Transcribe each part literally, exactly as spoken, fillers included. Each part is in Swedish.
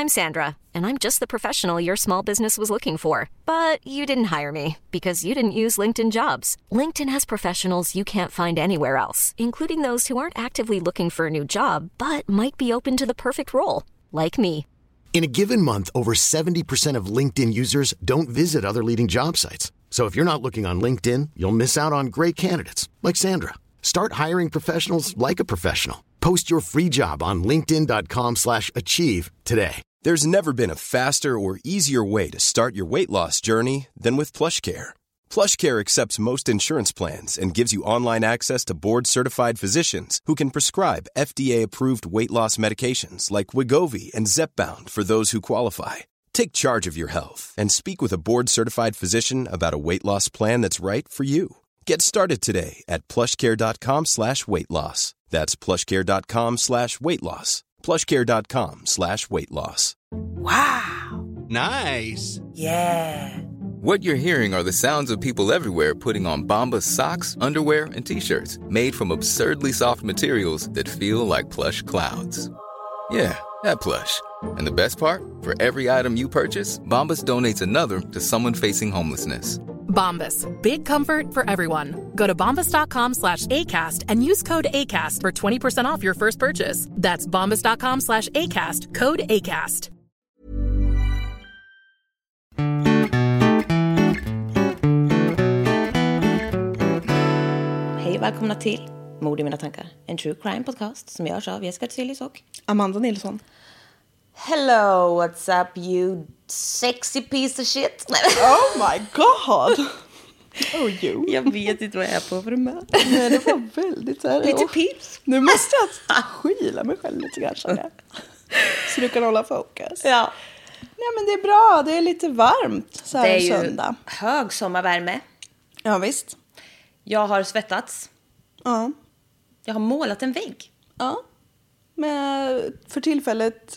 I'm Sandra, and I'm just the professional your small business was looking for. But you didn't hire me because you didn't use LinkedIn Jobs. LinkedIn has professionals you can't find anywhere else, including those who aren't actively looking for a new job, but might be open to the perfect role, like me. In a given month, over seventy percent of LinkedIn users don't visit other leading job sites. So if you're not looking on LinkedIn, you'll miss out on great candidates like Sandra. Start hiring professionals like a professional. Post your free job on linkedin dot com slash achieve today. There's never been a faster or easier way to start your weight loss journey than with PlushCare. PlushCare accepts most insurance plans and gives you online access to board-certified physicians who can prescribe F D A-approved weight loss medications like Wegovy and Zepbound for those who qualify. Take charge of your health and speak with a board-certified physician about a weight loss plan that's right for you. Get started today at plushcare.com slash weight loss. That's plushcare.com slash weight loss. plushcare.com slash weight loss. Wow. Nice. Yeah. What you're hearing are the sounds of people everywhere putting on Bombas socks, underwear, and T-shirts made from absurdly soft materials that feel like plush clouds. Yeah, that plush. And the best part? For every item you purchase, Bombas donates another to someone facing homelessness. Bombas. Big comfort for everyone. Go to bombas.com slash ACAST and use code ACAST for twenty percent off your first purchase. That's bombas.com slash ACAST. Code ACAST. Hej och välkomna till Mord i mina tankar. En true crime podcast som görs av Jessica Tsylis och Amanda Nilsson. Hello, what's up you sexy piece of shit? Oh my god. Oh you. Jag vet inte vad jag är på för humör. Nej, det var väldigt så här. Lite oh, pips. Nu måste jag skyla mig själv lite grann, känner jag. Så du kan hålla fokus. Ja. Nej, men det är bra. Det är lite varmt så här det är ju söndag. Hög sommarvärme. Ja, visst. Jag har svettats. Ja. Jag har målat en vägg. Ja. Men för tillfället...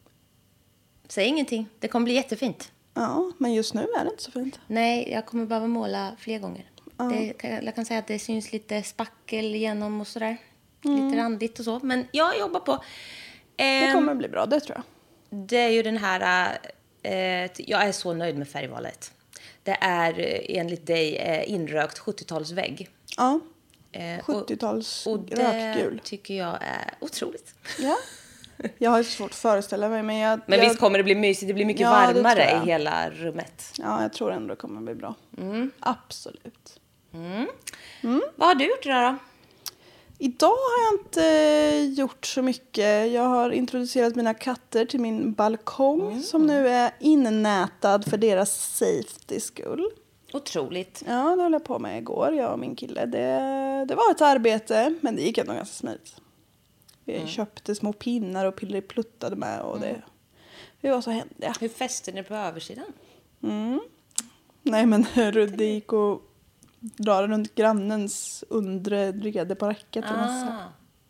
Säg ingenting. Det kommer bli jättefint. Ja, men just nu är det inte så fint. Nej, jag kommer behöva måla fler gånger. Ja. Det, jag kan säga att det syns lite spackel igenom och sådär. Mm. Lite randigt och så. Men jag jobbar på... Eh, Det kommer bli bra, det tror jag. Det är ju den här... Eh, jag är så nöjd med färgvalet. Det är enligt dig eh, inrökt sjuttiotalsvägg. Ja, eh, sjuttio-tals och, och det rökgul. tycker jag är otroligt. Ja, jag har svårt att föreställa mig. Men, jag, men jag... visst kommer det bli mysigt. Det blir mycket ja, varmare i hela rummet. Ja, jag tror ändå det kommer bli bra. Mm. Absolut. Mm. Mm. Vad har du gjort idag då? Idag har jag inte gjort så mycket. Jag har introducerat mina katter till min balkong. Mm. Som nu är innätad för deras safety skull. Otroligt. Ja, det höll jag på med igår, jag och min kille. Det, det var ett arbete, men det gick ändå ganska smidigt. Vi mm. köpte små pinnar och pillerpluttade med. Och det, mm. Vi var så händiga. Hur fäste ni på översidan? Mm. Nej, men Rudde gick och drar runt grannens undre rede på räcket. Ah. Ja,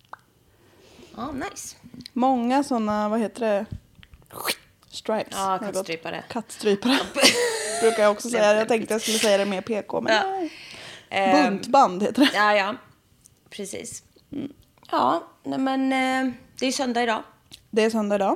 ah, nice. Många sådana, vad heter det? Stripes. Ja, kattstrypare. Kattstrypare. Brukar jag också säga. Jag tänkte jag skulle säga det med P K. Men ja. nej. Buntband heter det. Ja, ja. Precis. Mm. Ja, nej, men eh, det är söndag idag. Det är söndag idag.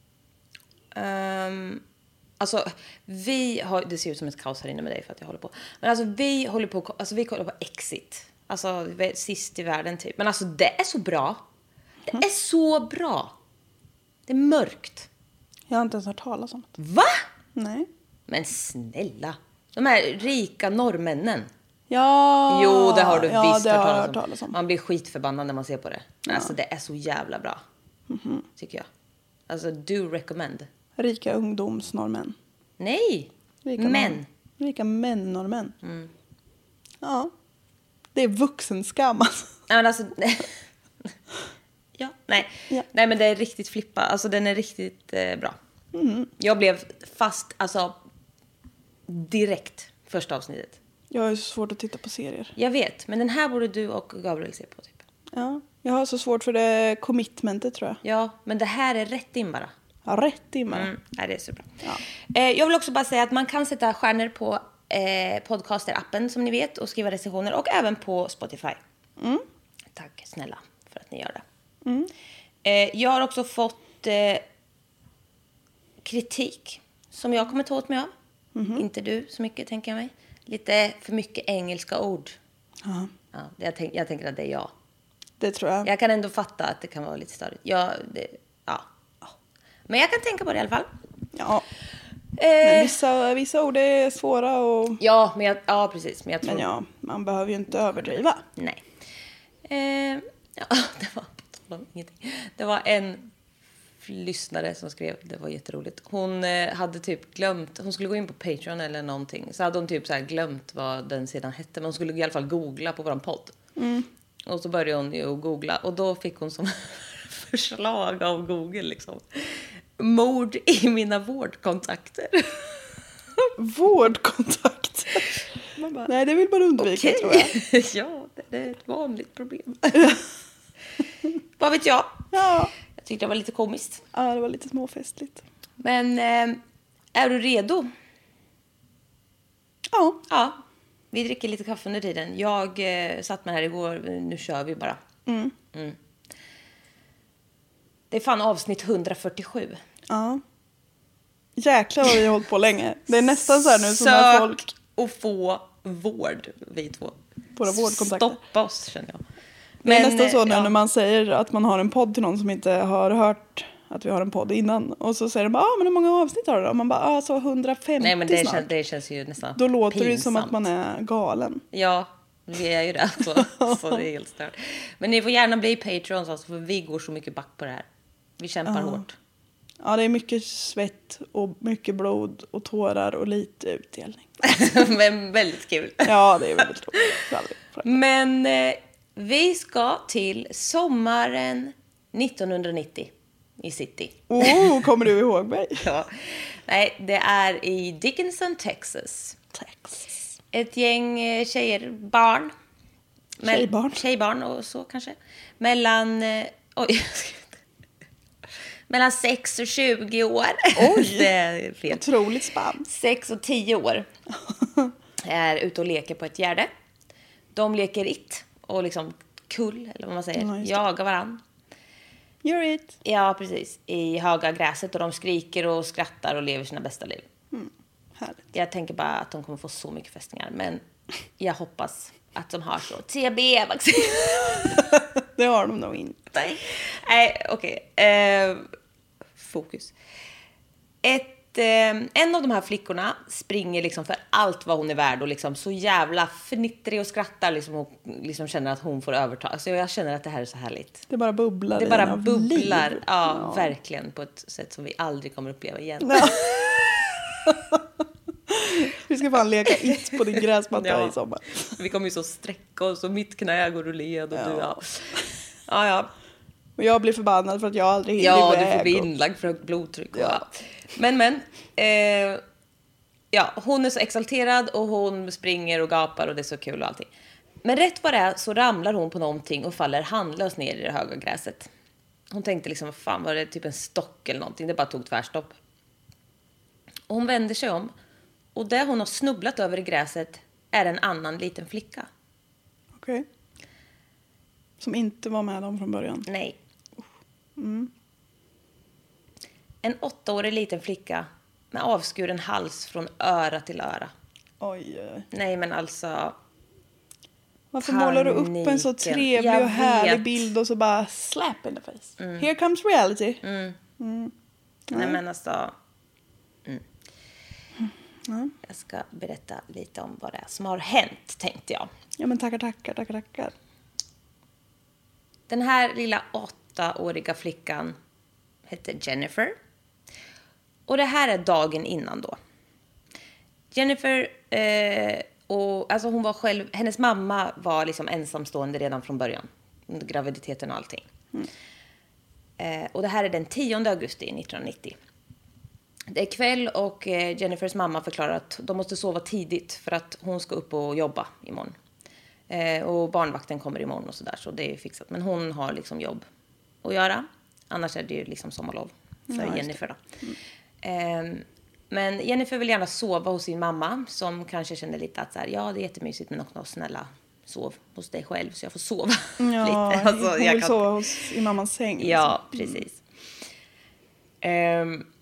Um, alltså, vi har... Det ser ut som ett kaos här inne med dig för att jag håller på. Men alltså, vi håller på... Alltså, vi kollar på Exit. Alltså, sist i världen typ. Men alltså, det är så bra. Det är så bra. Det är mörkt. Jag har inte ens hört talas om det. Va? Nej. Men snälla. De här rika norrmännen. Ja. Jo, det har du ja, visst det hört, har talas hört talas om. Man blir skitförbannad när man ser på det. Ja. Alltså, det är så jävla bra. Mm-hmm. Tycker jag. Alltså, do recommend. Rika ungdomsnorrmän. Nej. Rika män. män. Rika män norrmän. Mm. Ja. Det är vuxenskam alltså. Ja, men alltså... ja, nej. Ja. Nej, men det är riktigt flippa. Alltså, den är riktigt eh, bra. Mm. Jag blev fast, alltså... direkt första avsnittet. Jag har så svårt att titta på serier. Jag vet, men den här borde du och Gabriel se på typ. Ja, jag har så svårt för det commitmentet tror jag. Ja, men det här är rätt in bara. Ja, rätt in bara. Mm, nej, det är så bra. Ja. Eh, jag vill också bara säga att man kan sätta stjärnor på eh, podcaster-appen som ni vet och skriva recensioner och även på Spotify. Mm. Tack snälla för att ni gör det. Mm. Eh, jag har också fått... Eh, kritik som jag kommer ta åt mig av. Mm-hmm. Inte du så mycket, tänker jag mig. Lite för mycket engelska ord. Uh-huh. Ja, jag, tänk, jag tänker att det är jag. Det tror jag. Jag kan ändå fatta att det kan vara lite störigt. Ja, det, ja. Men jag kan tänka på det i alla fall. Ja. Eh, men vissa, vissa ord är svåra och... Ja, men jag, ja, precis. Men, jag tror... men ja, man behöver ju inte överdriva. Nej. Eh, ja, det var ingenting. Det var en lyssnare som skrev, det var jätteroligt. Hon eh, hade typ glömt, hon skulle gå in på Patreon eller någonting. Så hade hon typ så här glömt vad den sedan hette. Men hon skulle i alla fall googla på våran podd. Mm. Och så började hon ju googla. Och då fick hon som förslag av Google liksom. Mord i mina vårdkontakter. Vårdkontakter? Bara, nej, det vill man undvika, okay. Tror jag. Ja, det är ett vanligt problem. Vad vet jag? Ja. Jag tyckte det var lite komiskt. Ja, det var lite småfestligt. Men eh, är du redo? Ja. Ja. Vi dricker lite kaffe under tiden. Jag eh, satt med här igår. Nu kör vi bara. Mm. Mm. Det är fan avsnitt hundrafyrtiosju. Ja. Jäklar vad vi har hållit på länge. Det är nästan så här nu som när folk... Sök och få vård, vi två. Våra vårdkontakter. Stoppa oss, känner jag. Men, det är nästan så nu ja. När man säger att man har en podd till någon som inte har hört att vi har en podd innan. Och så säger de bara, ah, men hur många avsnitt har du då? Och man bara, ah, så hundrafemtio Nej, men det snart. Känns, det känns ju nästan då låter pinsamt. Det som att man är galen. Ja, vi är ju det. Så, så det är helt stört. Men ni får gärna bli Patreons, alltså, för vi går så mycket back på det här. Vi kämpar ja. hårt. Ja, det är mycket svett och mycket blod och tårar och lite utdelning. Men väldigt kul. Ja, det är väldigt roligt. Men eh, vi ska till sommaren nittonhundranittio i city. Oh, kommer du ihåg mig? Ja. Nej, det är i Dickinson, Texas. Texas. Ett gäng eh, tjejer, barn. Mell- Tjejbarn. Tjejbarn och så kanske. Mellan... Eh, oj, mellan sex och tjugo år. Oj, det är fel. Otroligt spann. sex och tio år är ute och leker på ett gärde. De leker it och liksom kull, eller vad man säger. Ja, jagar varann. You're it. Ja, precis. I höga gräset och de skriker och skrattar och lever sina bästa liv. Mm, härligt. Jag tänker bara att de kommer få så mycket fästingar. Men jag hoppas att de har så T B-vaccin. Det har de nog inte. Nej, okej. Okay. Eh, fokus. Ett, eh, en av de här flickorna springer liksom för allt vad hon är värd och liksom så jävla fnittrig och skrattar liksom och liksom känner att hon får överta. Alltså jag känner att det här är så härligt. Det bara bubblar. Det bara bubblar, ja, ja, verkligen på ett sätt som vi aldrig kommer uppleva igen. Ja. Vi ska fan leka it på din gräsmatta ja. I sommar. Vi kommer ju så sträcka oss och mitt knä går och led och ja. Du ja. Ja, ja. Och jag blir förbannad för att jag aldrig hinner ja, iväg. Ja, du får bli inlagd för högt blodtryck. Ja. Ja. Men, men. Eh, ja, hon är så exalterad och hon springer och gapar och det är så kul och allting. Men rätt vad det är så ramlar hon på någonting och faller handlöst ner i det höga gräset. Hon tänkte liksom, vad fan var det typ en stock eller någonting. Det bara tog tvärstopp. Och hon vänder sig om. Och där hon har snubblat över i gräset är en annan liten flicka. Okej. Okay. Som inte var med dem från början? Nej. Mm. En åttaårig liten flicka med avskuren hals från öra till öra. Oj. Nej, men alltså... Varför paniken. Målar du upp en så trevlig jag och härlig vet. Bild och så bara slap in the face? Mm. Here comes reality. Mm. Mm. Nej, men alltså... Mm. Mm. Jag ska berätta lite om vad det är som har hänt, tänkte jag. Ja, men tackar, tackar, tackar, tackar. Den här lilla åttaåriga flickan hette Jennifer. Och det här är dagen innan då. Jennifer, eh, och, alltså hon var själv, hennes mamma var liksom ensamstående redan från början. Under graviditeten och allting. Mm. Eh, och det här är den tionde augusti nittonhundranittio. Det är kväll och eh, Jennifers mamma förklarar att de måste sova tidigt för att hon ska upp och jobba imorgon. Eh, och barnvakten kommer imorgon och sådär, så det är fixat. Men hon har liksom jobb att göra. Annars är det ju liksom sommarlov för ja, Jennifer då. Mm. Eh, men Jennifer vill gärna sova hos sin mamma, som kanske kände lite att så här, ja, det är jättemysigt, men också snälla sov hos dig själv så jag får sova ja, lite. Alltså, hon jag vill kan... sova hos, i mammas säng. Ja, liksom. Precis. Mm. Eh,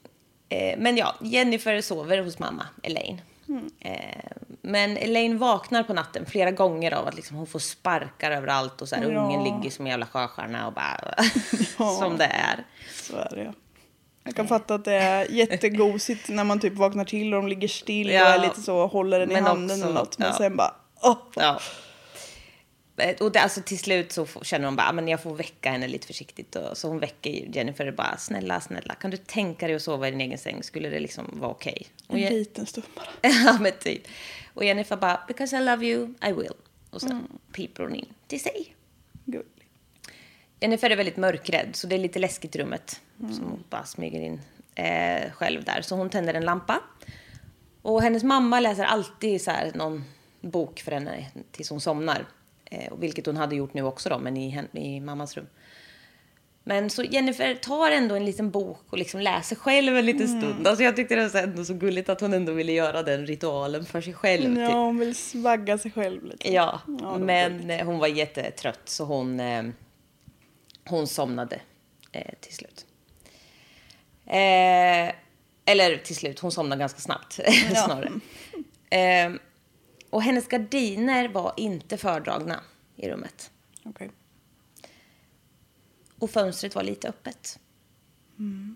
Eh, men ja, Jennifer sover hos mamma, Elaine. Mm. Eh, men Elaine vaknar på natten flera gånger av att liksom hon får sparkar överallt och så här, ja. Ungen ligger som en jävla sjöstjärna och bara ja. Som det är. Så är det. Jag kan fatta att det är jättegosigt när man typ vaknar till och de ligger still ja. Och är lite så håller den i men handen också, eller något. Men ja. Sen bara åh. Ja. Och det, alltså, till slut så känner hon bara men jag får väcka henne lite försiktigt. Och, så hon väcker Jennifer bara snälla, snälla. Kan du tänka dig att sova i din egen säng? Skulle det liksom vara okej? Okay? En liten stund bara. Ja men typ. Och Jennifer bara because I love you, I will. Och sen mm. piper hon in till sig. Good. Jennifer är väldigt mörkrädd så det är lite läskigt i rummet. Mm. Så hon bara smyger in eh, själv där. Så hon tänder en lampa. Och hennes mamma läser alltid så här någon bok för henne tills hon somnar. Eh, vilket hon hade gjort nu också då, men i, i mammas rum. Men så Jennifer tar ändå en liten bok och liksom läser själv en liten stund. Mm. Alltså jag tyckte det var så, ändå så gulligt att hon ändå ville göra den ritualen för sig själv. Ja, typ. Hon vill svagga sig själv lite. Ja, ja men var hon var jättetrött så hon, eh, hon somnade eh, till slut. Eh, eller till slut, hon somnade ganska snabbt ja. Snarare. Eh, och hennes gardiner var inte fördragna i rummet. Okej. Okay. Och fönstret var lite öppet. Mm.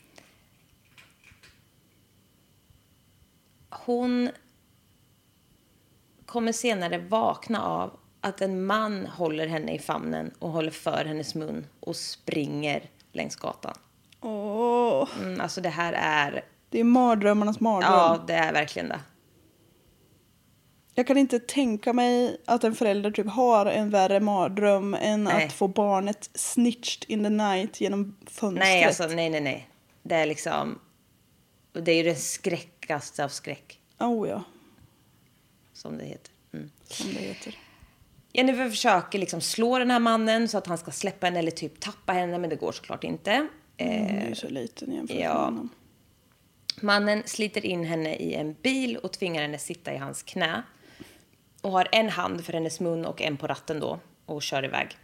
Hon kommer senare vakna av att en man håller henne i famnen och håller för hennes mun och springer längs gatan. Åh. Mm, alltså det här är... Det är mardrömmarnas mardröm. Ja, det är verkligen det. Jag kan inte tänka mig att en förälder typ har en värre mardröm än nej. Att få barnet snitched in the night genom fönstret. Nej, alltså nej, nej, nej. Det är liksom... Det är ju det skräckaste av skräck. Oh ja. Som det heter. Mm. Som det heter. Jennifer försöker liksom slå den här mannen så att han ska släppa henne eller typ tappa henne, men det går såklart inte. Mm, det är ju så liten jämfört med honom. Mannen sliter in henne i en bil och tvingar henne sitta i hans knä. Och har en hand för hennes mun och en på ratten då. Och kör iväg.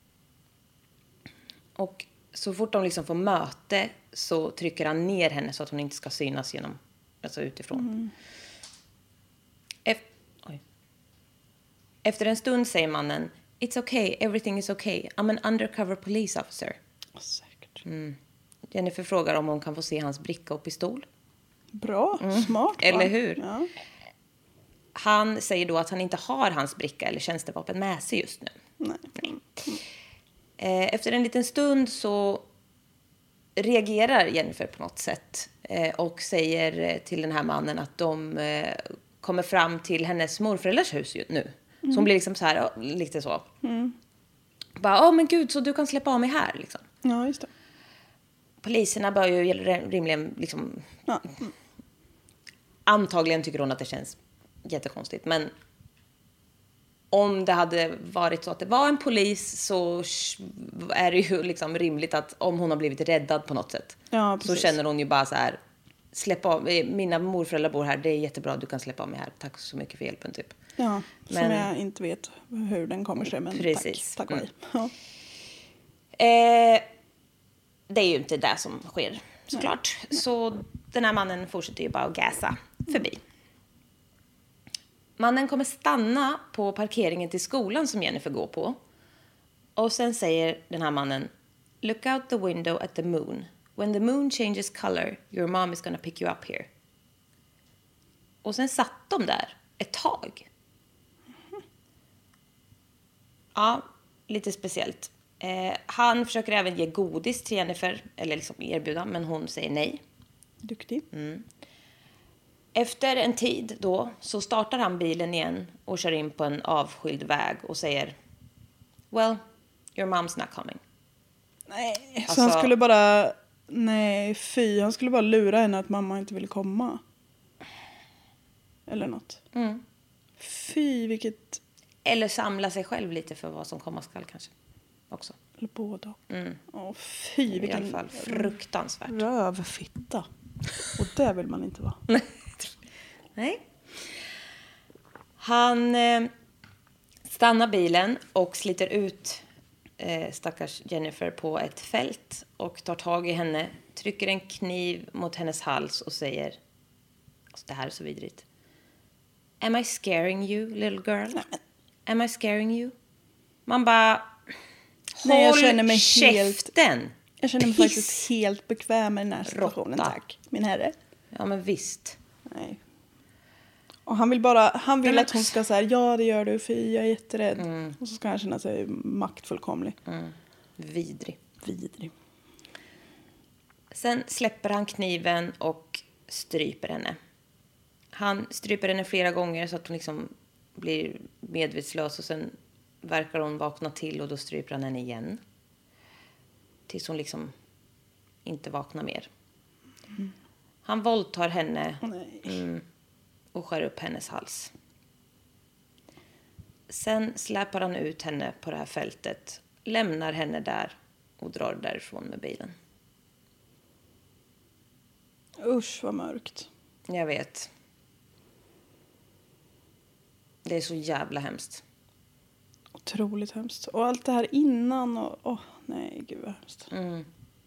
Och så fort de liksom får möte så trycker han ner henne så att hon inte ska synas genom, alltså utifrån. Mm. Efter, oj. Efter en stund säger mannen it's okay, everything is okay. I'm an undercover police officer. Säkert. Mm. Jennifer frågar om hon kan få se hans bricka och pistol. Bra, mm. smart. Va? Eller hur? Ja. Han säger då att han inte har hans bricka eller tjänstevapen med sig just nu. Nej. Nej. Eh, efter en liten stund så reagerar Jennifer på något sätt. Eh, och säger till den här mannen att de eh, kommer fram till hennes morföräldrars hus nu. Mm. Så hon blir liksom så här, lite så. Mm. Bara, åh men gud, så du kan släppa av mig här liksom. Ja, just det. Poliserna bör ju rimligen liksom... Ja. Antagligen tycker hon att det känns jättekonstigt. Men om det hade varit så att det var en polis så är det ju liksom rimligt att om hon har blivit räddad på något sätt. Ja, så känner hon ju bara så här, släpp av, mina morföräldrar bor här, det är jättebra, du kan släppa av mig här. Tack så mycket för hjälpen typ. Ja, men, som jag inte vet hur den kommer sig, men precis. tack. Tack mm. ja. eh, Det är ju inte det som sker såklart. Nej. Så den här mannen fortsätter ju bara att gasa förbi. Mannen kommer stanna på parkeringen till skolan som Jennifer går på. Och sen säger den här mannen look out the window at the moon. When the moon changes color, your mom is gonna pick you up here. Och sen satt de där ett tag. Ja, lite speciellt. Eh, han försöker även ge godis till Jennifer, eller liksom erbjuda, men hon säger nej. Duktig. Mm. Efter en tid då så startar han bilen igen och kör in på en avskild väg och säger well, your mom's not coming. Nej, alltså, så han skulle bara nej, fy, han skulle bara lura henne att mamma inte ville komma. Eller något. Mm. Fy, vilket... Eller samla sig själv lite för vad som komma skall kanske också. Eller båda. Mm. Åh, fy, vilken... I alla fall fruktansvärt. Rövfitta. Och det vill man inte vara. Nej. Han eh, stannar bilen och sliter ut eh, stackars Jennifer på ett fält och tar tag i henne, trycker en kniv mot hennes hals och säger, alltså det här är så vidrigt. Am I scaring you, little girl? Am I scaring you? Man bara, Nej, jag håll känner mig käften. Helt, jag känner mig Piss. faktiskt helt bekväm med den här situationen, Råtta. tack. Min herre. Ja, men visst. Nej. Och han vill bara, han vill men- att hon ska säga ja det gör du för jag är jätterädd. Mm. Och så ska han känna sig maktfullkomlig. Mm. Vidrig. Vidrig. Sen släpper han kniven och stryper henne. Han stryper henne flera gånger så att hon liksom blir medvetslös. Och sen verkar hon vakna till och då stryper han henne igen. Tills hon liksom inte vaknar mer. Mm. Han våldtar henne mm, och skär upp hennes hals. Sen släpar han ut henne på det här fältet. Lämnar henne där och drar därifrån med bilen. Usch vad mörkt. Jag vet. Det är så jävla hemskt. Otroligt hemskt. Och allt det här innan och åh oh, nej gud vad hemskt. Mm.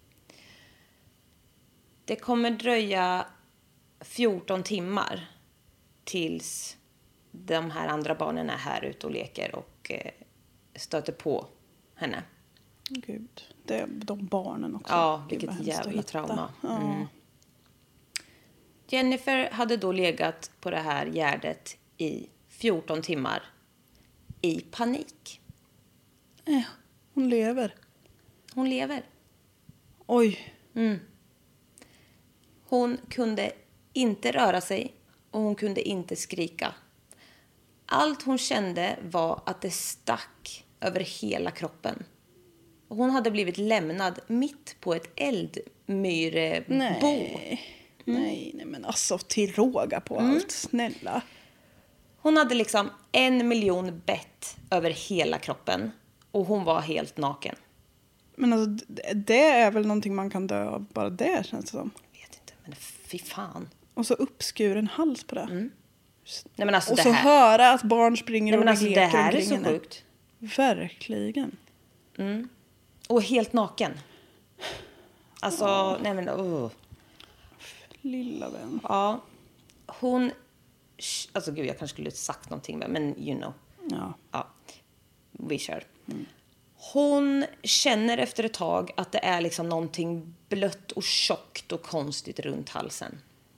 Det kommer dröja fjorton timmar tills de här andra barnen är här ute och leker och eh, stöter på henne. Gud, det är de barnen också. Ja, Gud, vilket vad hemskt att jävla hitta. trauma. Ja. Mm. Jennifer hade då legat på det här gärdet i fjorton timmar i panik. Eh, hon lever. Hon lever. Oj. Mm. Hon kunde inte röra sig och hon kunde inte skrika. Allt hon kände var att det stack över hela kroppen. Och hon hade blivit lämnad mitt på ett eldmyrebo. Nej. Mm. Nej, nej, men alltså till råga på mm. allt. Snälla. Hon hade liksom en miljon bett över hela kroppen. Och hon var helt naken. Men alltså, det är väl någonting man kan dö av bara det, känns det som. Jag vet inte, men fy fan. Och så uppskuren hals på det. Mm. Nej, men alltså och det så här... höra att barn springer Nej, och men alltså leker det här är omkring så henne. sjukt. Verkligen. Mm. Och helt naken. Alltså, oh. nej men... Oh. Lilla vän. Ja. Hon... Alltså gud, jag kanske skulle sagt någonting, men you know. Ja. Ja. Vi kör. Mm. Hon känner efter ett tag att det är liksom någonting blött och tjockt och konstigt runt halsen.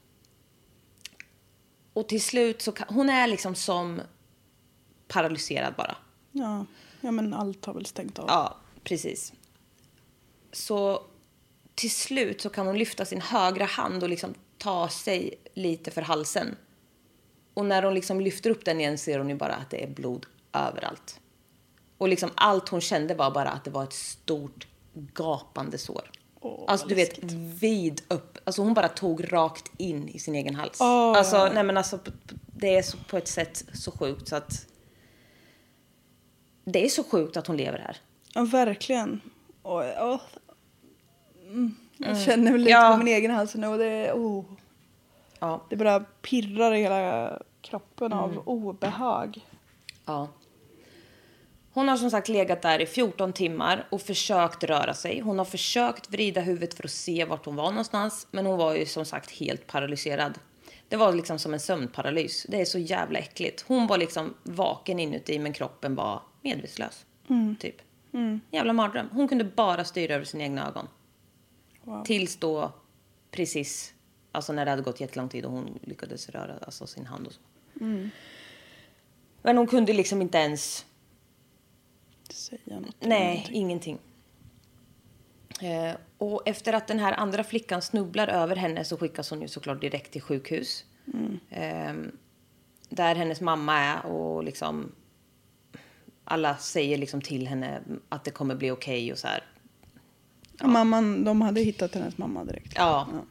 Och till slut så kan... Hon är liksom som paralyserad bara. Ja. Ja, men allt har väl stängt av. Ja, precis. Så till slut så kan hon lyfta sin högra hand och liksom ta sig lite för halsen. Och när hon liksom lyfter upp den igen ser hon ju bara att det är blod överallt. Och liksom allt hon kände var bara att det var ett stort gapande sår. Oh, alltså du vet, vid upp. Alltså hon bara tog rakt in i sin egen hals. Oh. Alltså, nej men alltså det är så, på ett sätt så sjukt så att det är så sjukt att hon lever här. Ja, verkligen. Och, och, mm, jag mm. känner väl lite ja. på min egen hals nu och det, oh, ja. det bara pirrar i hela kroppen mm. av obehag. Ja. Hon har som sagt legat där i fjorton timmar och försökt röra sig. Hon har försökt vrida huvudet för att se vart hon var någonstans. Men hon var ju som sagt helt paralyserad. Det var liksom som en sömnparalys. Det är så jävla äckligt. Hon var liksom vaken inuti men kroppen var medvetslös. Mm. Typ. Mm. Jävla mardröm. Hon kunde bara styra över sina egna ögon. Wow. Tills då precis, alltså när det hade gått jättelång tid och hon lyckades röra alltså sin hand och så. Mm. Men hon kunde liksom inte ens säga något. Nej, någonting. ingenting. Eh, och efter att den här andra flickan snubblar över henne så skickas hon ju såklart direkt till sjukhus. Mm. Eh, där hennes mamma är och liksom alla säger liksom till henne att det kommer bli okej okay och så här. Ja. Mamman, de hade hittat hennes mamma direkt. Ja. ja.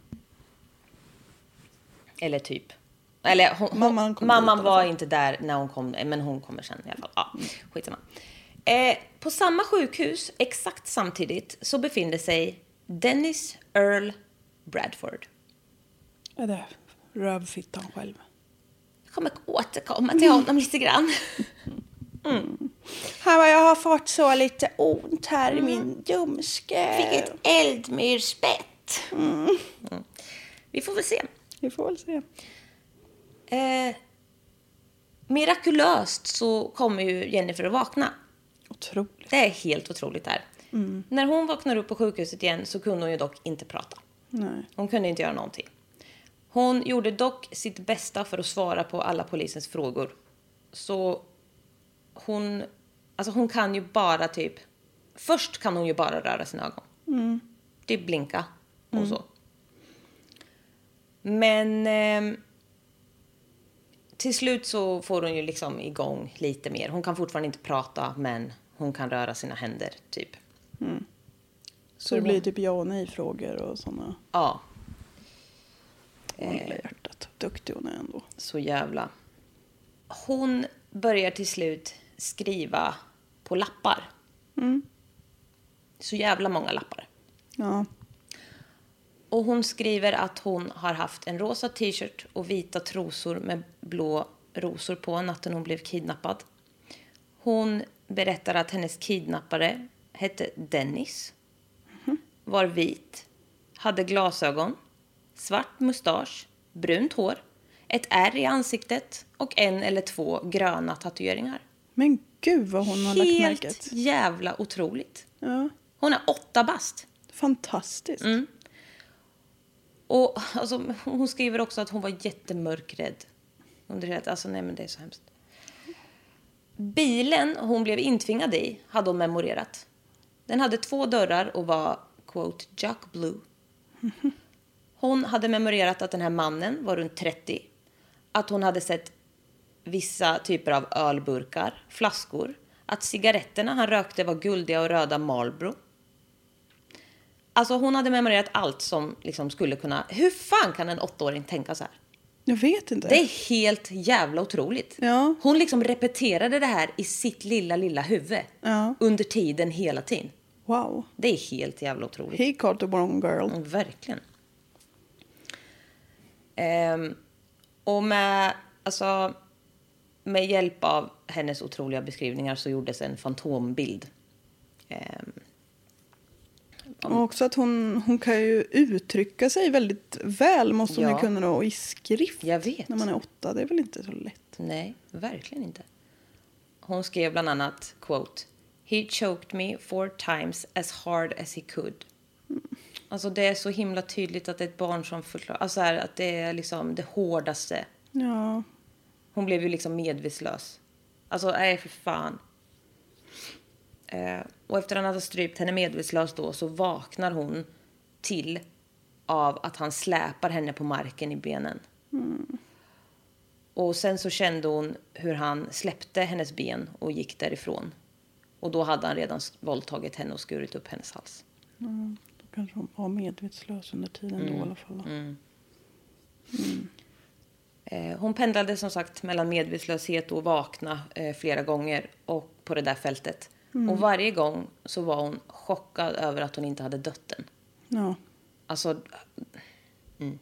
Eller typ. Eller hon, mamman, mamman var inte där när hon kom, men hon kommer sen i alla fall. Ja, skitsamma. Eh, på samma sjukhus, exakt samtidigt, så befinner sig Dennis Earl Bradford. Är det rövfittan själv? Jag kommer återkomma till honom lite grann. Mm. Här, jag har fått så lite ont här mm. i min ljumske. Fick ett eldmyrspett. vet. Mm. Mm. Vi får väl se. Vi får väl se. Eh, mirakulöst så kommer ju Jennifer att vakna. Otroligt. Det är helt otroligt där. Mm. När hon vaknar upp på sjukhuset igen så kunde hon ju dock inte prata. Nej. Hon kunde inte göra någonting. Hon gjorde dock sitt bästa för att svara på alla polisens frågor. Så hon, alltså hon kan ju bara typ... Först kan hon ju bara röra sina ögon. Mm. Typ blinka och mm. så. Men eh, till slut så får hon ju liksom igång lite mer. Hon kan fortfarande inte prata, men hon kan röra sina händer typ. Mm. Så, så det hon... blir typ ja och nej-frågor och sådana. Ja. Hon gillar hjärtat. Duktig hon är ändå. Så jävla. Hon börjar till slut skriva på lappar. Mm. Så jävla många lappar. Ja. Och hon skriver att hon har haft en rosa t-shirt och vita trosor med blå rosor på natten hon blev kidnappad. Hon berättar att hennes kidnappare hette Dennis. Mm. Var vit. Hade glasögon. Svart mustasch. Brunt hår. Ett ärr i ansiktet. Och en eller två gröna tatueringar. Men gud vad hon har lagt märket. Helt jävla otroligt. Ja. Hon är åtta bast. Fantastiskt. Mm. Och alltså, hon skriver också att hon var jättemörkrädd. Under det, alltså nej men det är så hemskt. Bilen hon blev intvingad i hade hon memorerat. Den hade två dörrar och var, quote, Jack Blue. Hon hade memorerat att den här mannen var runt trettio. Att hon hade sett vissa typer av ölburkar, flaskor. Att cigaretterna han rökte var guldiga och röda Marlboro. Alltså hon hade memorerat allt som liksom skulle kunna... Hur fan kan en åttaåring tänka så här? Jag vet inte. Det är helt jävla otroligt. Ja. Hon liksom repeterade det här i sitt lilla, lilla huvud. Ja. Under tiden, hela tiden. Wow. Det är helt jävla otroligt. He caught the wrong girl. Mm, verkligen. Ehm, och med, alltså, med hjälp av hennes otroliga beskrivningar så gjordes en fantombild. Ehm, Och också att hon, hon kan ju uttrycka sig väldigt väl. Måste hon ja. ju kunna då i skrift. Jag vet. När man är åtta. Det är väl inte så lätt. Nej, verkligen inte. Hon skrev bland annat, quote, He choked me four times as hard as he could. Mm. Alltså det är så himla tydligt att det är ett barn som förklarar. Alltså här, att det är liksom det hårdaste. Ja. Hon blev ju liksom medvetslös. Alltså, nej för fan. Eh, och efter att han hade strypt henne medvetslös då så vaknar hon till av att han släpar henne på marken i benen. Mm. Och sen så kände hon hur han släppte hennes ben och gick därifrån. Och då hade han redan våldtagit henne och skurit upp hennes hals. Mm. Då kanske hon var medvetslös under tiden mm. då i alla fall. Mm. Mm. Eh, hon pendlade som sagt mellan medvetslöshet och vakna eh, flera gånger och på det där fältet. Mm. Och varje gång så var hon chockad över att hon inte hade dött än. Ja. Alltså... Mm.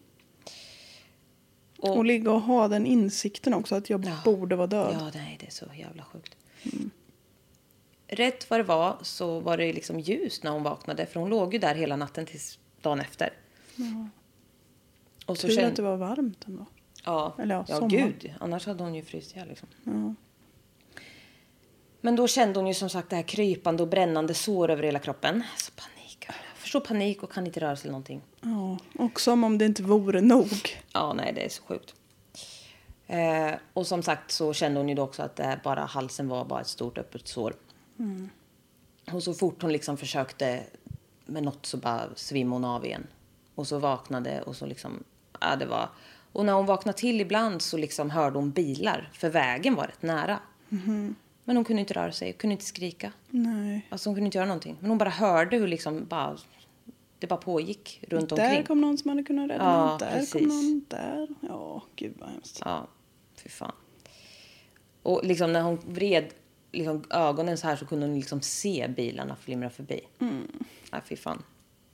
Och, och ligga och ha den insikten också att jag ja, borde vara död. Ja, nej, det är så jävla sjukt. Mm. Rätt vad det var så var det liksom ljus när hon vaknade. För hon låg ju där hela natten tills dagen efter. Ja. Och så Tur kände... att det var varmt ändå. Ja, Eller ja, ja gud. Annars hade hon ju fryst ihjäl liksom. Ja. Men då kände hon ju som sagt det här krypande och brännande sår över hela kroppen. Så panik. Jag förstår panik och kan inte röra sig någonting. Ja, och som om det inte vore nog. Ja, nej, det är så sjukt. Eh, och som sagt så kände hon ju då också att det här bara halsen var bara ett stort öppet sår. Mm. Och så fort hon liksom försökte med något så bara svimmade hon av igen. Och så vaknade och så liksom, ja det var... Och när hon vaknade till ibland så liksom hörde hon bilar. För vägen var rätt nära. Mm. Men hon kunde inte röra sig, kunde inte skrika. Nej. Alltså hon kunde inte göra någonting. Men hon bara hörde hur liksom bara, det bara pågick runt där omkring. Där kom någon som hade kunnat rädda ja, mig. Där precis. kom någon där. Ja, gud vad hemskt. Ja, fy fan. Och liksom när hon vred liksom ögonen så här så kunde hon liksom se bilarna flimra förbi. Mm. Ja, fy fan.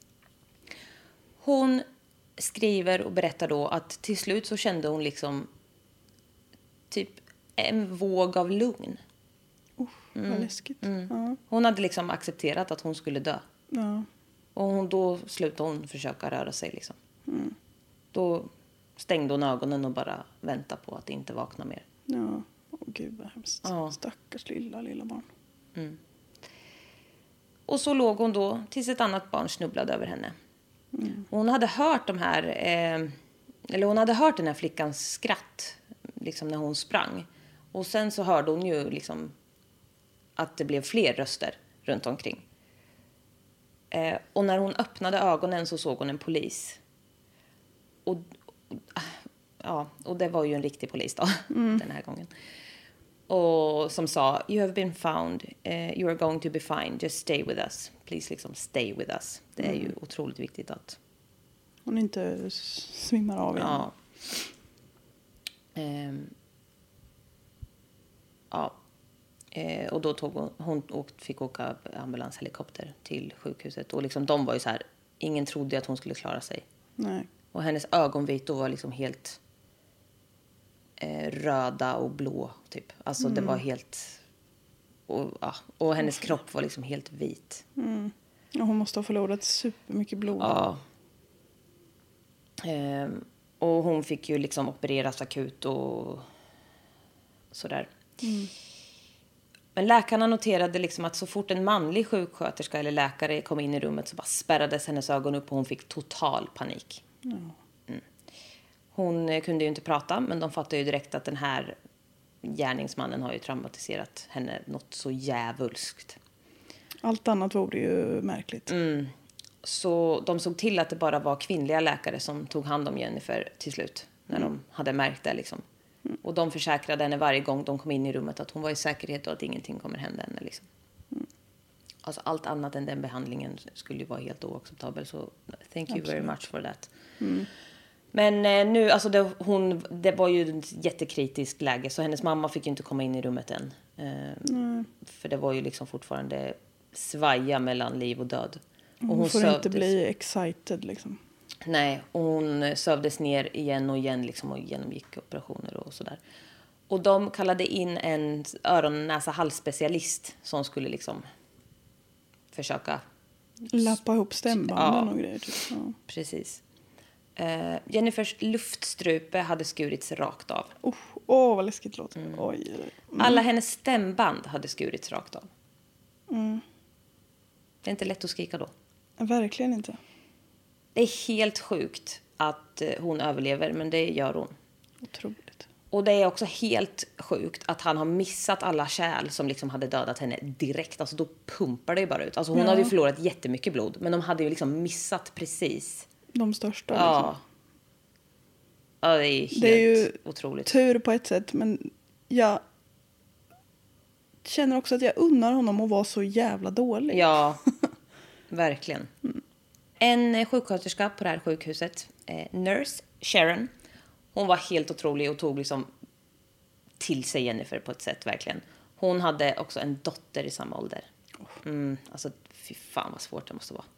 Hon skriver och berättar då att till slut så kände hon liksom typ en våg av lugn. Oh, vad mm. läskigt. Mm. Ja. Hon hade liksom accepterat att hon skulle dö. Ja. Och hon, då slutade hon försöka röra sig liksom. Mm. Då stängde hon ögonen och bara väntade på att inte vakna mer. Ja, åh gud vad hemskt. Ja. Stackars lilla, lilla barn. Mm. Och så låg hon då tills ett annat barn snubblade över henne. Mm. Hon hade hört de här, eh, eller hon hade hört den här flickans skratt liksom när hon sprang. Och sen så hörde hon ju liksom att det blev fler röster runt omkring. Eh, och när hon öppnade ögonen så såg hon en polis. Och, ja, och det var ju en riktig polis då, mm. den här gången. Och som sa, you have been found, uh, you are going to be fine, just stay with us. Please liksom stay with us. Det är mm. ju otroligt viktigt att hon inte svimmar av igen. Ja. Um, ja. Uh, och då tog hon, hon åkt, fick åka ambulanshelikopter till sjukhuset. Och liksom de var ju så här, ingen trodde att hon skulle klara sig. Nej. Och hennes ögonvitor var liksom helt eh, röda och blå typ. Alltså mm. det var helt och, ja, och hennes mm. kropp var liksom helt vit. Mm. Och hon måste ha förlorat supermycket blod. Ja. Ehm, och hon fick ju liksom opereras akut och sådär. Mm. Men läkarna noterade liksom att så fort en manlig sjuksköterska eller läkare kom in i rummet så bara spärrades hennes ögon upp och hon fick total panik. Mm. Hon kunde ju inte prata, men de fattade ju direkt att den här gärningsmannen har ju traumatiserat henne något så jävulskt. Allt annat vore ju märkligt. Mm. Så de såg till att det bara var kvinnliga läkare som tog hand om Jennifer till slut. När mm. de hade märkt det liksom. Mm. Och de försäkrade henne varje gång de kom in i rummet att hon var i säkerhet och att ingenting kommer hända henne liksom. Mm. Alltså allt annat än den behandlingen skulle ju vara helt oacceptabel. Så thank you Absolut. very much for that. Mm. Men eh, nu, alltså det, hon, det var ju ett jättekritiskt läge. Så hennes mamma fick ju inte komma in i rummet än. Eh, mm. För det var ju liksom fortfarande svaja mellan liv och död. Och hon, hon får sövdes, inte bli excited liksom. Nej, och hon sövdes ner igen och igen liksom, och genomgick operationer och sådär. Och de kallade in en öron-, näsa-, halsspecialist som skulle liksom försöka lappa ihop stämbanden ja, och grejer. Typ. Ja. Precis. Uh, Jennifers luftstrupe hade skurits rakt av. Åh, oh, oh, vad läskigt låter. Mm. Oj. Mm. Alla hennes stämband hade skurits rakt av. Mm. Det är inte lätt att skrika då. Verkligen inte. Det är helt sjukt att hon överlever, men det gör hon. Otroligt. Och det är också helt sjukt att han har missat alla kärl som liksom hade dödat henne direkt. Alltså då pumpar det ju bara ut. Alltså hon ja. hade ju förlorat jättemycket blod, men de hade ju liksom missat precis. De största. Ja. Liksom. Ja, det är helt det är ju otroligt. Tur på ett sätt, men jag känner också att jag unnar honom att vara så jävla dålig. Ja, verkligen. Mm. En sjuksköterska på det här sjukhuset, eh, Nurse Sharon, hon var helt otrolig och tog liksom till sig Jennifer på ett sätt, verkligen. Hon hade också en dotter i samma ålder. Mm, alltså, fy fan vad svårt det måste vara.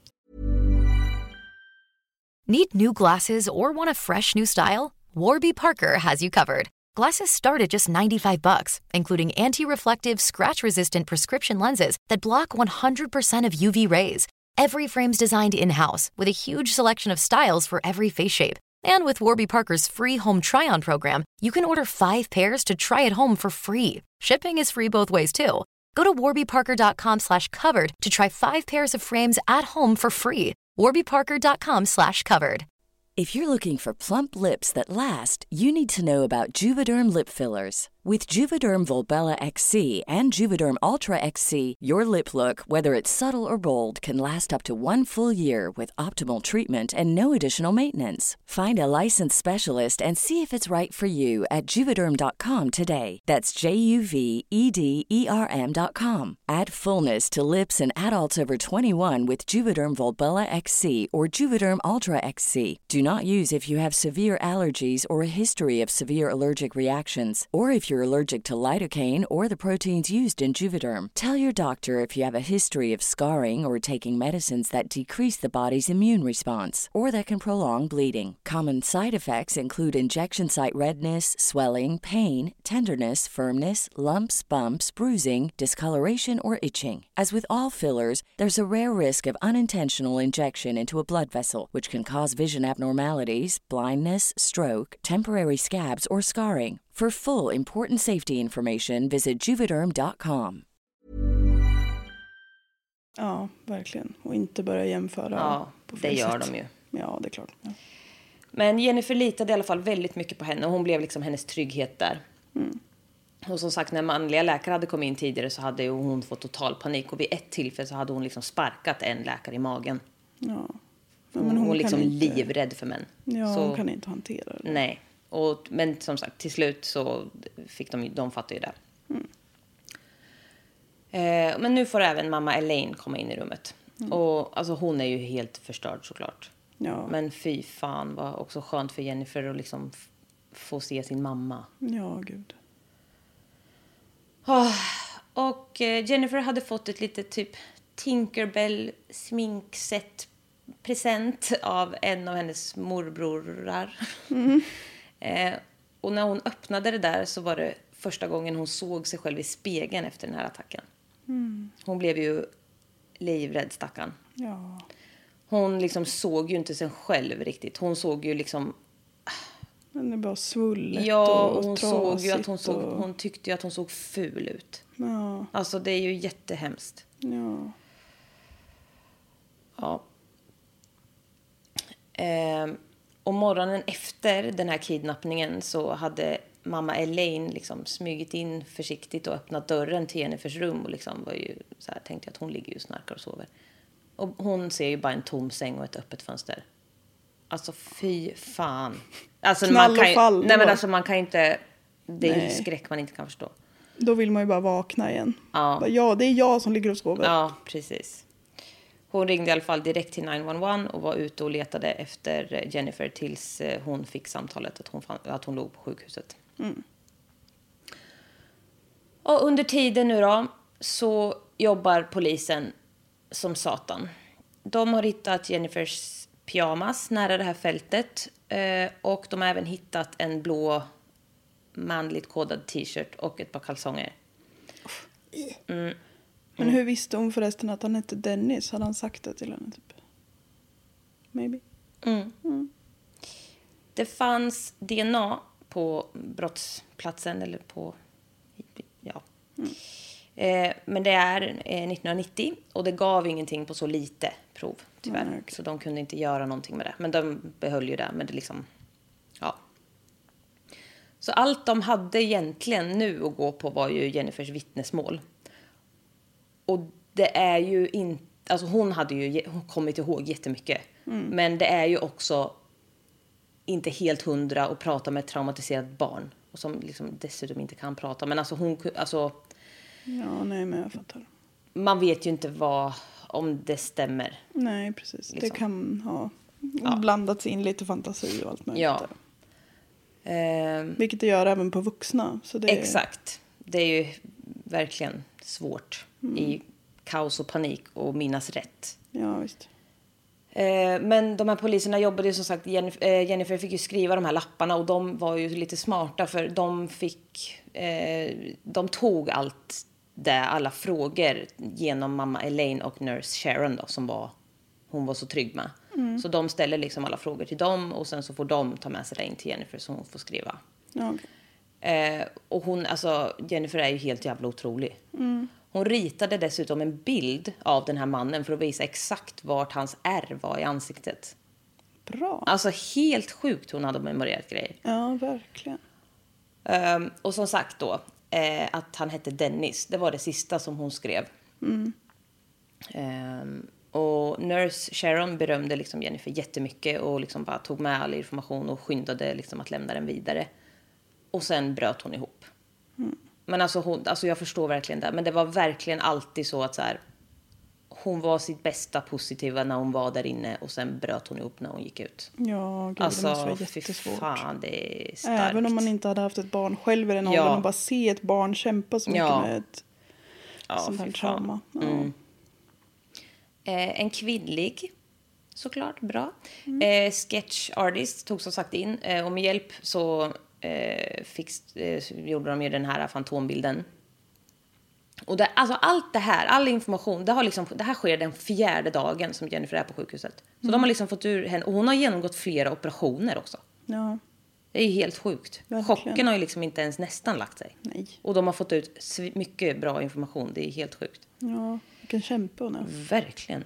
Need new glasses or want a fresh new style? Warby Parker has you covered. Glasses start at just ninety-five bucks, including anti-reflective, scratch-resistant prescription lenses that block one hundred percent of U V rays. Every frame's designed in-house with a huge selection of styles for every face shape. And with Warby Parker's free home try-on program, you can order five pairs to try at home for free. Shipping is free both ways, too. Go to warbyparker.com slash covered to try five pairs of frames at home for free. warbyparker.com slash covered. If you're looking for plump lips that last, you need to know about Juvederm lip fillers. With Juvederm Volbella X C and Juvederm Ultra X C, your lip look, whether it's subtle or bold, can last up to one full year with optimal treatment and no additional maintenance. Find a licensed specialist and see if it's right for you at juvederm dot com today. That's J U V E D E R M dot com. Add fullness to lips in adults over twenty-one with Juvederm Volbella X C or Juvederm Ultra X C. Do not use if you have severe allergies or a history of severe allergic reactions, or if if you're allergic to lidocaine or the proteins used in Juvederm. Tell your doctor if you have a history of scarring or taking medicines that decrease the body's immune response or that can prolong bleeding. Common side effects include injection site redness, swelling, pain, tenderness, firmness, lumps, bumps, bruising, discoloration, or itching. As with all fillers, there's a rare risk of unintentional injection into a blood vessel, which can cause vision abnormalities, blindness, stroke, temporary scabs, or scarring. For full, important safety information, visit juvederm dot com. Ja, verkligen. Och inte börja jämföra. Ja, på det gör sätt. de ju. Ja, det är klart. Ja. Men Jennifer litade i alla fall väldigt mycket på henne. Och hon blev liksom hennes trygghet där. Mm. Och som sagt, när manliga läkare hade kommit in tidigare så hade ju hon fått total panik. Och vid ett tillfälle så hade hon liksom sparkat en läkare i magen. Ja. Men men hon var liksom inte... livrädd för män. Ja, så... hon kan inte hantera det. Nej. Och, men som sagt, till slut så fick de, de fattade ju det. Mm. Eh, men nu får även mamma Elaine komma in i rummet. Mm. Och alltså, hon är ju helt förstörd såklart. Ja. Men fy fan, var också skönt för Jennifer att liksom f- få se sin mamma. Ja, gud. Oh, och eh, Jennifer hade fått ett litet typ Tinkerbell sminkset present av en av hennes morbrorar. Mm. eh, och när hon öppnade det där så var det första gången hon såg sig själv i spegeln efter den här attacken. Mm. Hon blev ju livrädd, stackarn. Ja. Hon liksom såg ju inte sig själv riktigt. Hon såg ju liksom... Men det bara svullet ja, och hon såg ju att hon såg... och... Hon tyckte ju att hon såg ful ut. Ja. Alltså, det är ju jättehemskt. Ja. Ja. Eh, och morgonen efter den här kidnappningen så hade mamma Elaine liksom smugit in försiktigt och öppnat dörren till Jennifers rum och liksom var ju så här, tänkte jag att hon ligger ju och snarkar och sover. Och hon ser ju bara en tom säng och ett öppet fönster. Alltså fy fan. Alltså Knall man kan och fall. ju, nej men alltså man kan inte, det är ju Nej. skräck man inte kan förstå. Då vill man ju bara vakna igen. Ja. Bara, ja, det är jag som ligger och sover. Ja, precis. Hon ringde i alla fall direkt till nio ett ett och var ute och letade efter Jennifer tills hon fick samtalet att hon, fann, att hon låg på sjukhuset. Mm. Och under tiden nu då så jobbar polisen som satan. De har hittat Jennifers pyjamas nära det här fältet. Och de har även hittat en blå manligt kodad t-shirt och ett par kalsonger. Mm. Men hur visste hon förresten att han hette Dennis? Hade han sagt det till henne typ? Maybe. Mm. Mm. Det fanns D N A på brottsplatsen eller på ja. Mm. Eh, men det är eh, nittonhundranittio och det gav ingenting på så lite prov tyvärr. Mm, okay. Så de kunde inte göra någonting med det. Men de behöll ju det, men det liksom ja. Så allt de hade egentligen nu att gå på var ju Jennifers vittnesmål. Och det är ju inte, alltså hon hade ju kommit ihåg jättemycket. Mm. Men det är ju också inte helt hundra att prata med ett traumatiserat barn. Och som liksom dessutom inte kan prata. Men alltså hon, alltså... Ja, nej men jag fattar. Man vet ju inte vad, om det stämmer. Nej, precis. Liksom. Det kan ha ja. blandats in lite fantasi och allt möjligt. Ja. Eh, Vilket det gör även på vuxna. Så det exakt. Det är ju verkligen svårt mm. i kaos och panik och minnas rätt. Ja, visst. Eh, men de här poliserna jobbade ju som sagt, Jennifer, eh, Jennifer fick ju skriva de här lapparna och de var ju lite smarta för de fick, eh, de tog allt det, alla frågor genom mamma Elaine och nurse Sharon då, som var, hon var så trygg med. Mm. Så de ställer liksom alla frågor till dem och sen så får de ta med sig det in till Jennifer så hon får skriva. Ja, okay. Eh, och hon, alltså Jennifer är ju helt jävla otrolig. Mm. Hon ritade dessutom en bild av den här mannen för att visa exakt vart hans ärr var i ansiktet. Bra. Alltså helt sjukt hon hade memorerat grejer. Ja, verkligen. Um, och som sagt då, eh, att han hette Dennis. Det var det sista som hon skrev. Mm. Um, och nurse Sharon berömde liksom Jennifer jättemycket och liksom bara tog med all information och skyndade liksom att lämna den vidare. Och sen bröt hon ihop. Mm. Men alltså, hon, alltså jag förstår verkligen det. Men det var verkligen alltid så att så här, hon var sitt bästa positiva när hon var där inne. Och sen bröt hon ihop när hon gick ut. Ja, gud, alltså, det måste vara jättesvårt. Fan, det är starkt. Även om man inte hade haft ett barn själv i den åldern. Ja. Och bara se ett barn kämpa så mycket Ja. med ett Ja, sånt här fy fan. trauma. Ja. Mm. Eh, en kvinnlig, såklart, bra. Mm. Eh, sketch artist tog som sagt in. Eh, och med hjälp så, eh, fick, eh, så gjorde de ju den här fantombilden. Och det, alltså allt det här, all information, det, har liksom, det här sker den fjärde dagen som Jennifer är på sjukhuset. Så mm. de har liksom fått ur henne, och hon har genomgått flera operationer också. Ja. Det är helt sjukt. Verkligen. Chocken har ju liksom inte ens nästan lagt sig. Nej. Och de har fått ut sv- mycket bra information, det är helt sjukt. Ja, vilken kämpe hon är. Verkligen.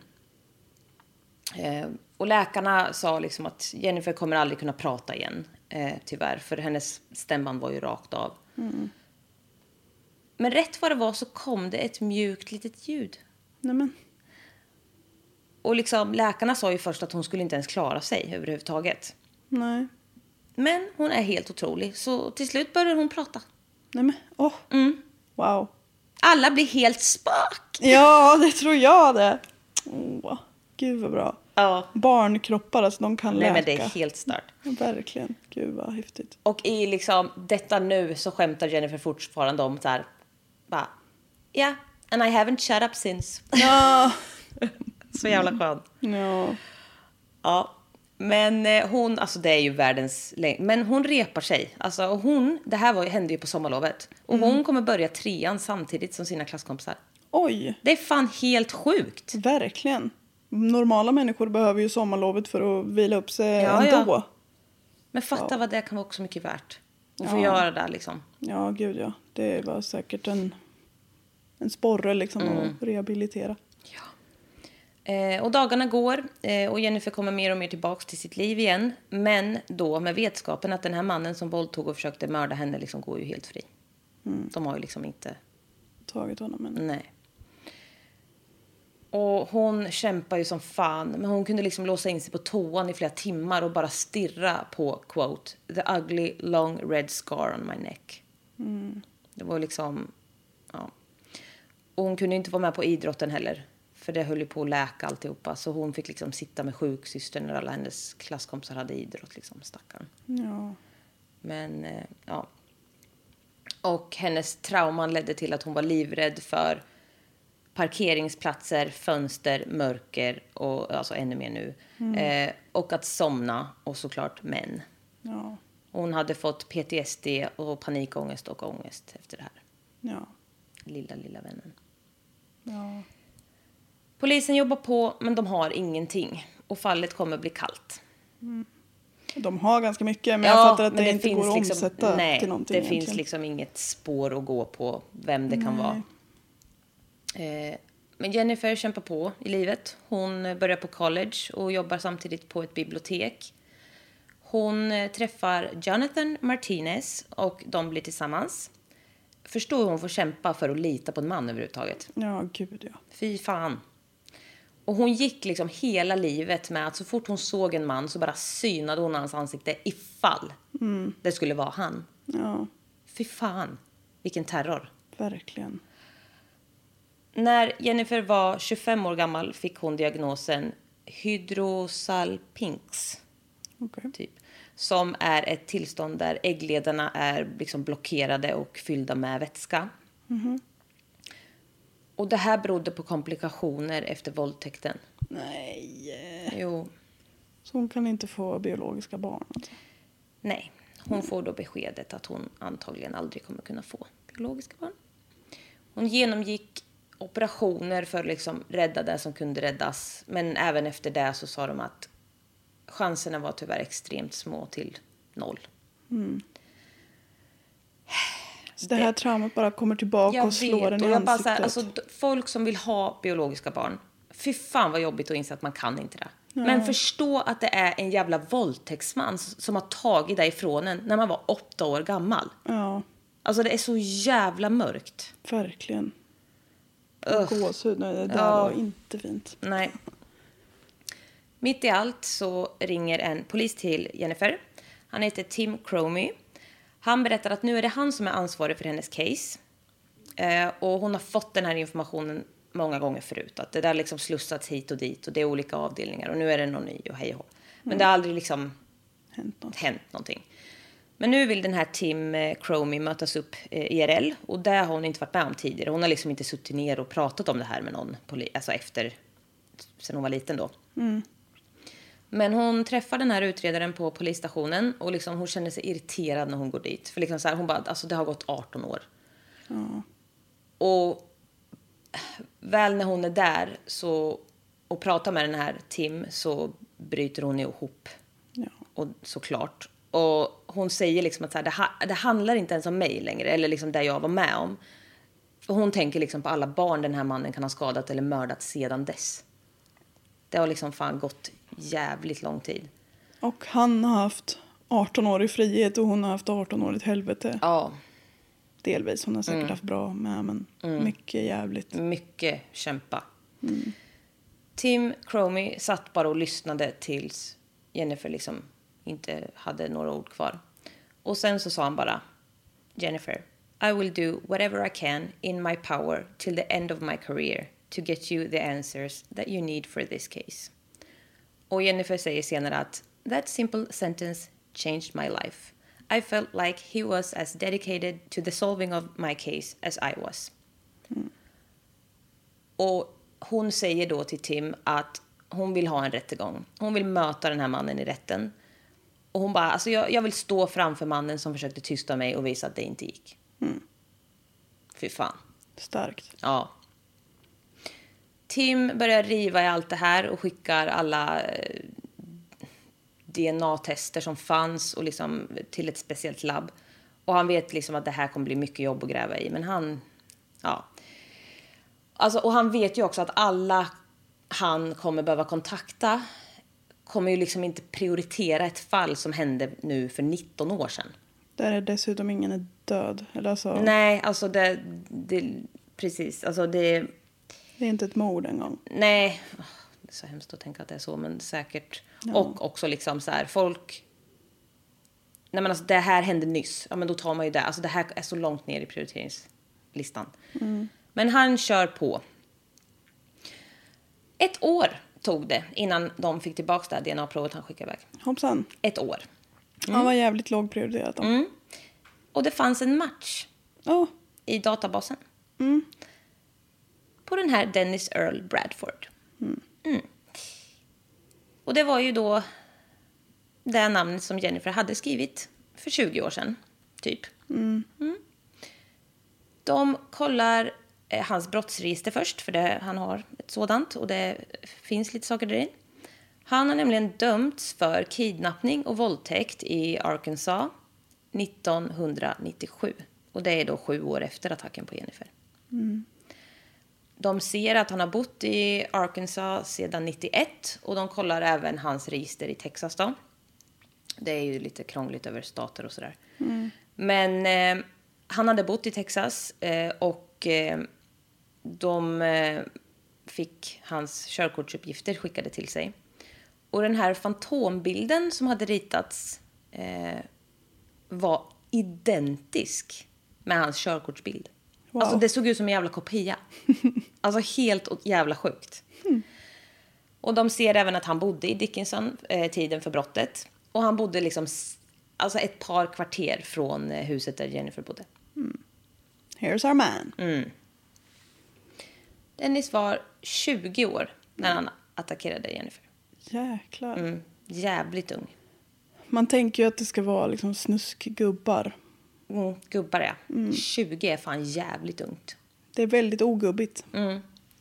Eh, och läkarna sa liksom att Jennifer kommer aldrig kunna prata igen, eh, tyvärr. För hennes stämband var ju rakt av. Mm. Men rätt vad det var så kom det ett mjukt litet ljud. Nämen. Och liksom, läkarna sa ju först att hon skulle inte ens klara sig överhuvudtaget. Nej. Men hon är helt otrolig. Så till slut börjar hon prata. Nämen, åh. Oh. Mm. Wow. Alla blir helt spak. Ja, det tror jag det. Åh, gud vad bra. Ja. Barnkroppar, alltså de kan Nej, läka. men det är helt stört. Verkligen. Gud vad häftigt. Och i liksom detta nu så skämtar Jennifer fortfarande om så här. Bara, yeah, and I haven't shut up since. Ja. Så jävla skön. Ja. Ja. Men eh, hon, alltså det är ju världens läng- men hon repar sig. Alltså hon, det här var, hände ju på sommarlovet. Och Mm. hon kommer börja trean samtidigt som sina klasskompisar. Oj. Det är fan helt sjukt. Verkligen. Normala människor behöver ju sommarlovet för att vila upp sig Ja, ändå. ja. Men fatta Ja. vad det kan vara också mycket värt. Att få Ja. göra det där liksom. Ja, gud ja. Det var säkert en, en sporre liksom Mm. att rehabilitera. Eh, och dagarna går eh, och Jennifer kommer mer och mer tillbaks till sitt liv igen. Men då med vetskapen att den här mannen som våldtog och försökte mörda henne liksom går ju helt fri. Mm. De har ju liksom inte... Tagit honom. Men... Nej. Och hon kämpar ju som fan. Men hon kunde liksom låsa in sig på toan i flera timmar och bara stirra på, quote, the ugly long red scar on my neck. Mm. Det var liksom... Ja. Och hon kunde inte vara med på idrotten heller. För det höll ju på att läka alltihopa. Så hon fick liksom sitta med sjuksystern när alla hennes klasskompisar hade idrott. Liksom, stackarn. Ja. Men, eh, ja. Och hennes trauman ledde till att hon var livrädd för parkeringsplatser, fönster, mörker och alltså ännu mer nu. Mm. Eh, och att somna och såklart män. Ja. Hon hade fått P T S D och panikångest och ångest efter det här. Ja. Lilla, lilla vännen. Ja. Polisen jobbar på, men de har ingenting. Och fallet kommer bli kallt. Mm. De har ganska mycket, men ja, jag fattar att men det, det inte går att liksom, omsätta nej, till någonting. det egentligen. finns liksom inget spår att gå på vem det kan Nej. vara. Eh, men Jennifer kämpar på i livet. Hon börjar på college och jobbar samtidigt på ett bibliotek. Hon eh, träffar Jonathan Martinez och de blir tillsammans. Förstår hur hon får kämpa för att lita på en man överhuvudtaget. Ja, gud ja. Fy fan. Och hon gick liksom hela livet med att så fort hon såg en man så bara synade hon hans ansikte ifall mm. det skulle vara han. Ja. Fy fan. Vilken terror. Verkligen. När Jennifer var tjugofem år gammal fick hon diagnosen hydrosalpinx. Okay. Typ. Som är ett tillstånd där äggledarna är liksom blockerade och fyllda med vätska. Mm-hmm. Och det här berodde på komplikationer efter våldtäkten. Nej. Jo. Så hon kan inte få biologiska barn? Alltså. Nej. Hon får då beskedet att hon antagligen aldrig kommer kunna få biologiska barn. Hon genomgick operationer för att liksom rädda det som kunde räddas. Men även efter det så sa de att chanserna var tyvärr extremt små till noll. Mm. Så det här det, traumat bara kommer tillbaka och slår en i jag ansiktet. Bara så här, alltså, folk som vill ha biologiska barn. Fy fan vad jobbigt att inse att man kan inte det. Ja. Men förstå att det är en jävla våldtäktsman som har tagit dig ifrån en när man var åtta år gammal. Ja. Alltså det är så jävla mörkt. Verkligen. Ugh. Gåshud. Det där ja. var inte fint. Nej. Mitt i allt så ringer en polis till Jennifer. Han heter Tim Cromie. Han berättar att nu är det han som är ansvarig för hennes case. Eh, och hon har fått den här informationen många gånger förut. Att det där liksom slussats hit och dit och det är olika avdelningar. Och nu är det någon ny och hej och hå. Men mm. det har aldrig liksom hänt, något. hänt någonting. Men nu vill den här Tim Cromie mötas upp I R L. Och det har hon inte varit med om tidigare. Hon har liksom inte suttit ner och pratat om det här med någon. Alltså efter, sen hon var liten då. Mm. Men hon träffar den här utredaren på polisstationen. Och liksom hon känner sig irriterad när hon går dit. För liksom så här, hon bara, alltså det har gått arton år. Ja. Och väl när hon är där så, och pratar med den här Tim så bryter hon ihop. Ja. Och såklart. Och hon säger liksom att så här, det, ha, det handlar inte ens om mig längre. Eller liksom det jag var med om. För hon tänker liksom på alla barn den här mannen kan ha skadat eller mördat sedan dess. Det har liksom fan gått jävligt lång tid. Och han har haft arton år i frihet och hon har haft arton år i ett helvete. Ja. Delvis. Hon har säkert mm. haft bra med, men mm. mycket jävligt. Mycket kämpa. Mm. Tim Cromie satt bara och lyssnade tills Jennifer liksom inte hade några ord kvar. Och sen så sa han bara, Jennifer, I will do whatever I can in my power till the end of my career to get you the answers that you need for this case. Och Jennifer säger senare att that simple sentence changed my life. I felt like he was as dedicated to the solving of my case as I was. Mm. Och hon säger då till Tim att hon vill ha en rättegång. Hon vill möta den här mannen i rätten. Och hon bara, alltså jag, jag vill stå framför mannen som försökte tysta mig och visa att det inte gick. Mm. Fy fan. Starkt. Ja. Tim börjar riva i allt det här och skickar alla eh, D N A-tester som fanns och liksom till ett speciellt labb. Och han vet liksom att det här kommer bli mycket jobb att gräva i. Men han, ja. Alltså, och han vet ju också att alla han kommer behöva kontakta kommer ju liksom inte prioritera ett fall som hände nu för nitton år sedan. Där är dessutom ingen är död. Eller alltså... Nej, alltså det, det... Precis, alltså det... Det är inte ett mord en gång. Nej, det är så hemskt att tänka att det är så, men säkert. Ja. Och också liksom så här, folk... Nej men alltså det här hände nyss. Ja men då tar man ju det. Alltså det här är så långt ner i prioriteringslistan. Mm. Men han kör på. Ett år tog det innan de fick tillbaka det här D N A-provet han skickade iväg. Hoppsan. Ett år. Mm. Han var jävligt lågprioriterat då. Mm. Och det fanns en match oh. i databasen. Mm. På den här Dennis Earl Bradford. Mm. Mm. Och det var ju då det namnet som Jennifer hade skrivit för tjugo år sedan. Typ. Mm. Mm. De kollar eh, hans brottsregister först. För det, han har ett sådant. Och det finns lite saker där in. Han har nämligen dömts för kidnappning och våldtäkt i Arkansas nittonhundranittiosju. Och det är då sju år efter attacken på Jennifer. Mm. De ser att han har bott i Arkansas sedan nittioett. Och de kollar även hans register i Texas då. Det är ju lite krångligt över stater och sådär. Mm. Men eh, han hade bott i Texas. Eh, och eh, de eh, fick hans körkortsuppgifter skickade till sig. Och den här fantombilden som hade ritats eh, var identisk med hans körkortsbild. Wow. Alltså det såg ut som en jävla kopia. Alltså helt jävla sjukt. Mm. Och de ser även att han bodde i Dickinson eh, tiden för brottet. Och han bodde liksom alltså ett par kvarter från eh, huset där Jennifer bodde. Mm. Here's our man. Mm. Dennis var tjugo år när han attackerade Jennifer. Jäklar. Mm. Jävligt ung. Man tänker ju att det ska vara liksom snuskgubbar. Mm, gubbar ja. Mm. tjugo är fan jävligt ungt. Det är väldigt ogubbigt. Mm.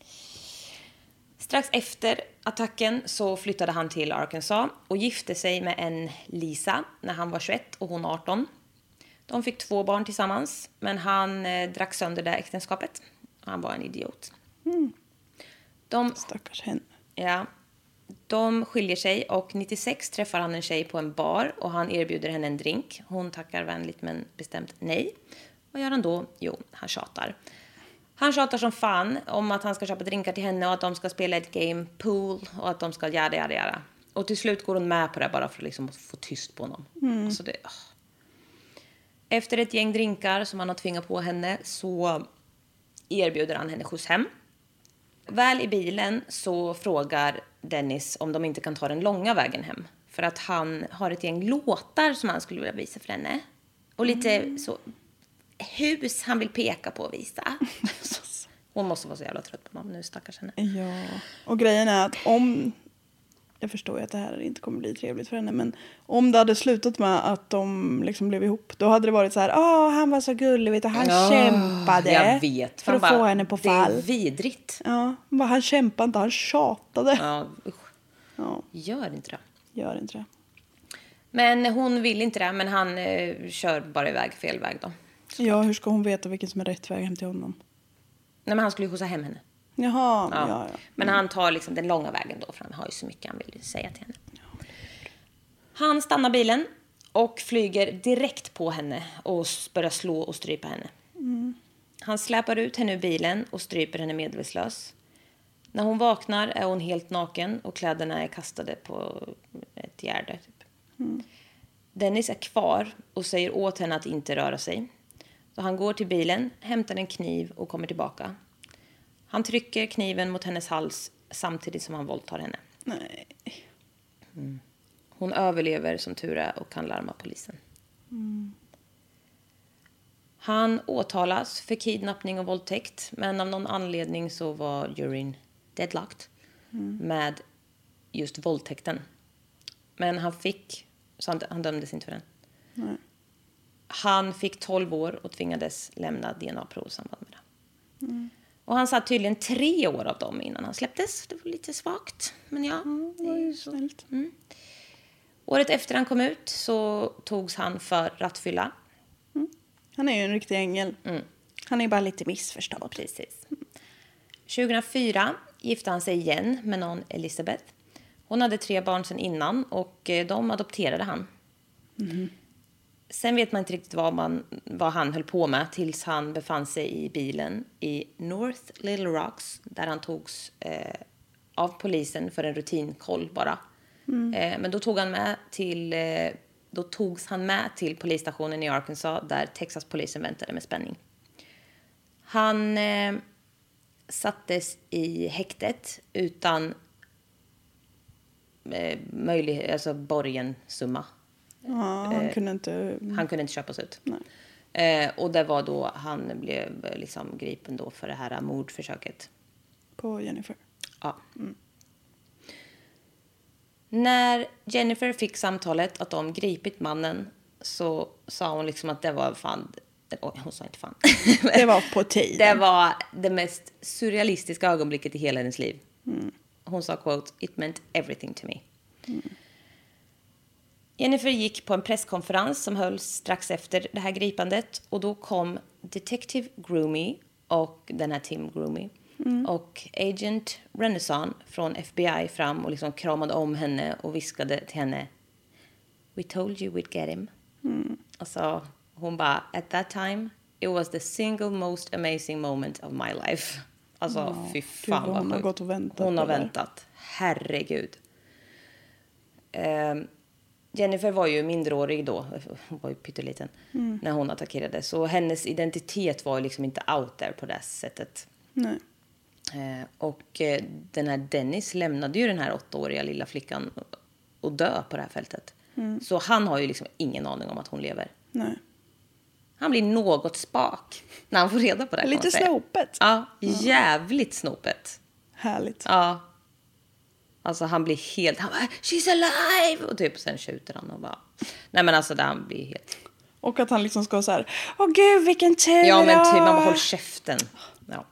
Strax efter attacken så flyttade han till Arkansas och gifte sig med en Lisa när han var tjugoett och hon arton. De fick två barn tillsammans, men han eh, drack sönder det äktenskapet. Han var en idiot. Mm. De, Stackars henne. ja, de skiljer sig och nittiosex träffar han en tjej på en bar och han erbjuder henne en drink. Hon tackar vänligt men bestämt nej. Vad gör han då? Jo, han tjatar. Han tjatar som fan om att han ska köpa drinkar till henne och att de ska spela ett game pool och att de ska jada, jada, jada. Och till slut går hon med på det bara för att liksom få tyst på honom. Mm. Alltså det, oh. Efter ett gäng drinkar som han har tvingat på henne så erbjuder han henne skjuts hem. Väl i bilen så frågar Dennis om de inte kan ta den långa vägen hem. För att han har ett gäng låtar som han skulle vilja visa för henne. Och lite mm. så hus han vill peka på och visa. Hon måste vara så jävla trött på honom nu, stackars henne. Ja, och grejen är att om... Jag förstår ju att det här inte kommer bli trevligt för henne. Men om det hade slutat med att de liksom blev ihop. Då hade det varit så här. Åh, han var så gullig. Vet du, han oh, kämpade. Jag vet. För att bara, få henne på fall. Det är vidrigt. Ja, bara, han kämpade inte. Han tjatade. Ja, usch. Ja. Gör inte det. Gör inte det. Men hon vill inte det. Men han eh, kör bara iväg fel väg då. Ja, hur ska hon veta vilken som är rätt väg hem till honom? Nej, men han skulle skjutsa hem henne. Jaha, ja. ja, ja. Men han tar liksom den långa vägen då, för han har ju så mycket han vill säga till henne. Han stannar bilen och flyger direkt på henne och börjar slå och strypa henne. Mm. Han släpar ut henne ur bilen och stryper henne medvetslös. När hon vaknar är hon helt naken och kläderna är kastade på ett gärde. Typ. Mm. Dennis är kvar och säger åt henne att inte röra sig. Så han går till bilen, hämtar en kniv och kommer tillbaka. Han trycker kniven mot hennes hals samtidigt som han våldtar henne. Nej. Mm. Hon överlever som tur är och kan larma polisen. Mm. Han åtalas för kidnappning och våldtäkt. Men av någon anledning så var juryn deadlocked mm. med just våldtäkten. Men han fick, så han, han dömdes inte för den. Nej. Han fick tolv år och tvingades lämna D N A-prov i samband med det. Mm. Och han satt tydligen tre år av dem innan han släpptes. Det var lite svagt, men ja. Mm, det var ju snällt. Mm. Året efter han kom ut så togs han för rattfylla. Mm. Han är ju en riktig ängel. Mm. Han är bara lite missförstådd. Precis. tjugohundrafyra gifte han sig igen med någon Elizabeth. Hon hade tre barn sedan innan och de adopterade han. Mm. Sen vet man inte riktigt vad, man, vad han höll på med tills han befann sig i bilen i North Little Rocks. Där han togs eh, av polisen för en rutinkoll bara. Mm. Eh, men då, tog han med till, eh, då togs han med till polisstationen i Arkansas där Texas-polisen väntade med spänning. Han eh, sattes i häktet utan eh, möjlighet, alltså borgensumma. Ja, han, eh, kunde inte... han kunde inte köpas ut. Nej. Eh, och det var då han blev liksom gripen då för det här mordförsöket. På Jennifer. Ja. Mm. När Jennifer fick samtalet att de gripit mannen så sa hon liksom att det var fan... Oj, hon sa inte fan. Det var på tiden. Det var det mest surrealistiska ögonblicket i hela hennes liv. Mm. Hon sa, quote, "It meant everything to me." Mm. Jennifer gick på en presskonferens som hölls strax efter det här gripandet. Och då kom Detective Groomey och den här Tim Groomey. Mm. Och Agent Renaissance från F B I fram och liksom kramade om henne och viskade till henne: "We told you we'd get him." Mm. Alltså, hon bara, "At that time, it was the single most amazing moment of my life." Alltså, ja, fy fan Gud, vad hon har gått och väntat. Hon har väntat. Herregud. Um, Jennifer var ju mindreårig då. Hon var ju pytteliten mm. när hon attackerade. Så hennes identitet var liksom inte out there på det sättet. Nej. Eh, och eh, den här Dennis lämnade ju den här åttaåriga lilla flickan och dö på det här fältet. Mm. Så han har ju liksom ingen aning om att hon lever. Nej. Han blir något spak när han får reda på det. Lite snopet. Ja, jävligt snopet. Härligt. Ja. Alltså han blir helt... Han bara, "She's alive!" Och typ sen skjuter han och bara... Nej men alltså där han blir helt... Och att han liksom ska så här... Åh gud, vilken tur! Ja men typ, man bara, håll käften. Ja.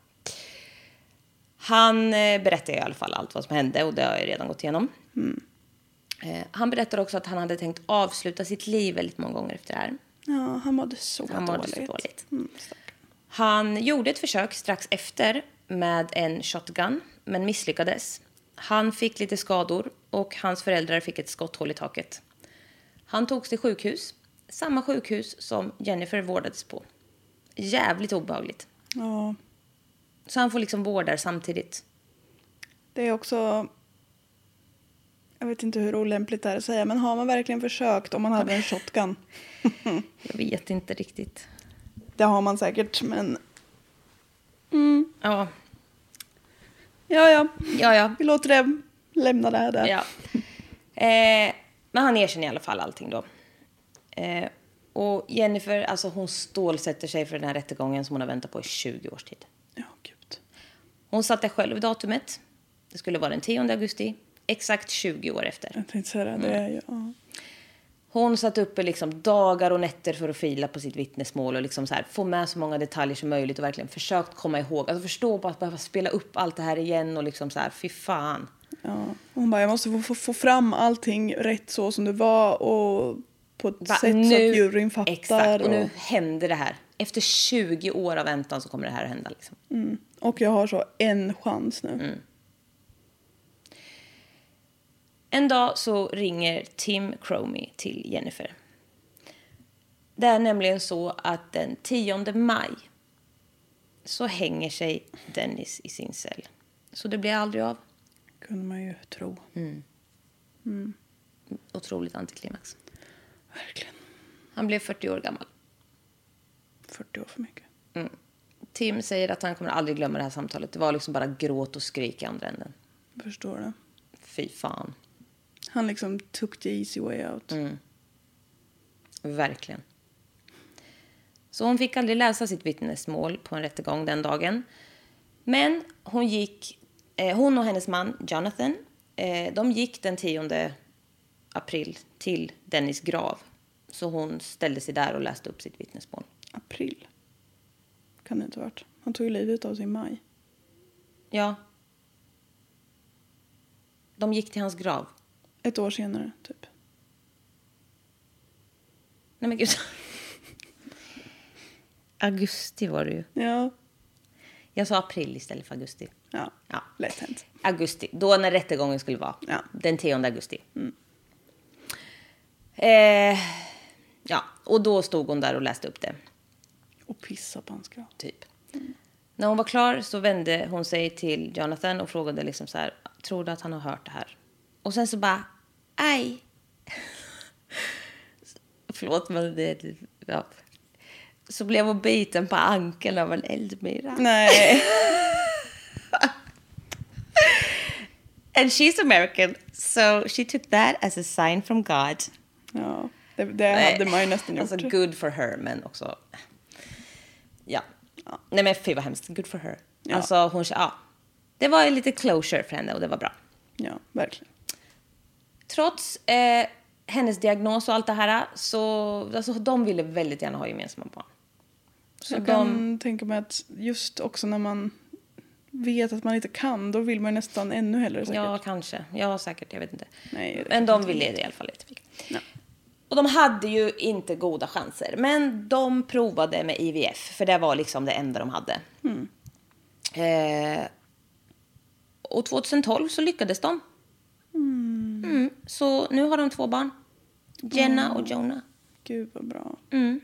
Han eh, berättar i alla fall allt vad som hände. Och det har jag redan gått igenom. Mm. Eh, han berättar också att han hade tänkt avsluta sitt liv väldigt många gånger efter det här. Ja, han mådde så han dåligt. Mådde så dåligt. Mm, han gjorde ett försök strax efter med en shotgun. Men misslyckades. Han fick lite skador och hans föräldrar fick ett skotthål i taket. Han togs till sjukhus. Samma sjukhus som Jennifer vårdades på. Jävligt obehagligt. Ja. Så han får liksom vård där samtidigt. Det är också... Jag vet inte hur olämpligt det är att säga. Men har man verkligen försökt om man hade en shotgun? Jag vet inte riktigt. Det har man säkert, men... Mm. Ja. Ja, ja. Ja, ja. Vi låter det lämna det här där. Ja. Eh, men han erkänner i alla fall allting då. Eh, och Jennifer, alltså hon stålsätter sig för den här rättegången som hon har väntat på i tjugo års tid. Ja, gud. Hon satte själv datumet. Det skulle vara den tionde augusti. Exakt tjugo år efter. Jag tänkte säga det. Det är ju... Ja. Hon satt uppe liksom dagar och nätter för att fila på sitt vittnesmål och liksom så här, få med så många detaljer som möjligt och verkligen försökt komma ihåg. Alltså förstå bara att behöva spela upp allt det här igen och liksom så här, fy fan. Ja. Hon bara, jag måste få, få, få fram allting rätt så som det var och på ett Va, sätt nu, så att juryn fattar. Exakt, och, och nu händer det här. Efter tjugo år av väntan så kommer det här att hända. Liksom. Mm. Och jag har så en chans nu. Mm. En dag så ringer Tim Cromie till Jennifer. Det är nämligen så att den tionde maj så hänger sig Dennis i sin cell. Så det blir aldrig av. Kunde man ju tro. Mm. Mm. Otroligt antiklimax. Verkligen. Han blev fyrtio år gammal. fyrtio år för mycket. Mm. Tim säger att han kommer aldrig glömma det här samtalet. Det var liksom bara gråt och skrik i andra änden. Jag förstår det. Fy fan. Han liksom took the easy way out. Mm. Verkligen. Så hon fick aldrig läsa sitt vittnesmål på en rättegång den dagen. Men hon gick, eh, hon och hennes man Jonathan, eh, de gick den tionde april till Dennis grav. Så hon ställde sig där och läste upp sitt vittnesmål. April? Kan det inte ha varit. Han tog ju livet av sig i maj. Ja. De gick till hans grav. Ett år senare, typ. Nej men gud. Augusti var det ju. Ja. Jag sa april istället för augusti. Ja, Ja. lätt hänt. Augusti, då när rättegången skulle vara. Ja. Den tionde augusti. Mm. Eh, ja, och då stod hon där och läste upp det. Och pissa på hans grav. Typ. Mm. När hon var klar så vände hon sig till Jonathan och frågade liksom så här, tror du att han har hört det här? Och sen så bara, aj. Förlåt, men det är... Ja. Så blev hon biten på ankeln av en eldmyra. Nej. And she's American, so she took that as a sign from God. Ja, det, det hade man ju nästan gjort. Alltså, good for her, men också... Ja. ja. Nej, men fy vad hemskt. Good for her. Ja. Alltså, hon... Ja. Det var lite closure för henne och det var bra. Ja, verkligen. Trots eh, hennes diagnos och allt det här så... Alltså, de ville väldigt gärna ha gemensamma barn. Så jag de... kan tänka mig att just också när man vet att man inte kan, då vill man nästan ännu hellre säkert. Ja, kanske. Ja, säkert. Jag vet inte. Nej, men de ville det i alla fall lite mycket. Ja. Och de hade ju inte goda chanser. Men de provade med I V F. För det var liksom det enda de hade. Mm. Eh, och tjugohundratolv så lyckades de. Mm. Mm, så nu har de två barn. Jenna mm. och Jonah. Gud vad bra. Mm.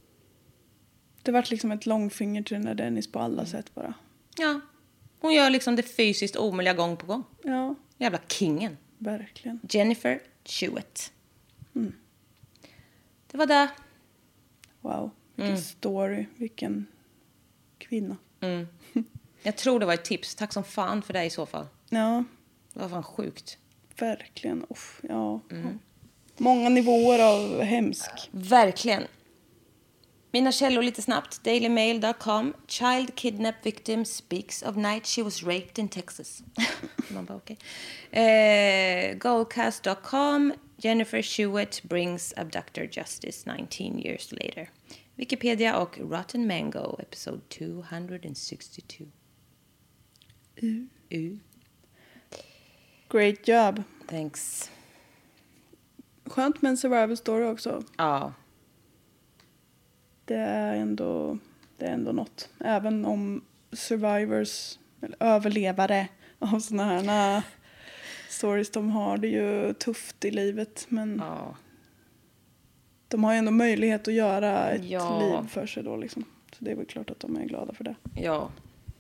Det var liksom ett långfinger till den där Dennis på alla sätt bara. Ja. Hon gör liksom det fysiskt omöjliga gång på gång. Ja. Jävla kingen. Verkligen. Jennifer Hewitt. Mm. Det var det. Wow. Vilken mm. story. Vilken kvinna. Mm. Jag tror det var ett tips. Tack som fan för det i så fall. Ja. Det var fan sjukt. Verkligen. Uff, ja. Mm. Många nivåer av hemsk. Verkligen. Mina källor lite snabbt. daily mail dot com. Child kidnap victim speaks of night she was raped in Texas. Man bara okej. Okay. Eh, goldcast dot com. Jennifer Hewitt brings abductor justice nineteen years later. Wikipedia och Rotten Mango episode two sixty-two. Uh. Uh. Great job. Thanks. Skönt med en survival story också. Ja. Det är ändå, det är ändå något. Även om survivors, eller överlevare av såna här stories, de har det ju tufft i livet. Men ja. de har ju ändå möjlighet att göra ett ja. liv för sig då liksom. Så det är väl klart att de är glada för det. Ja.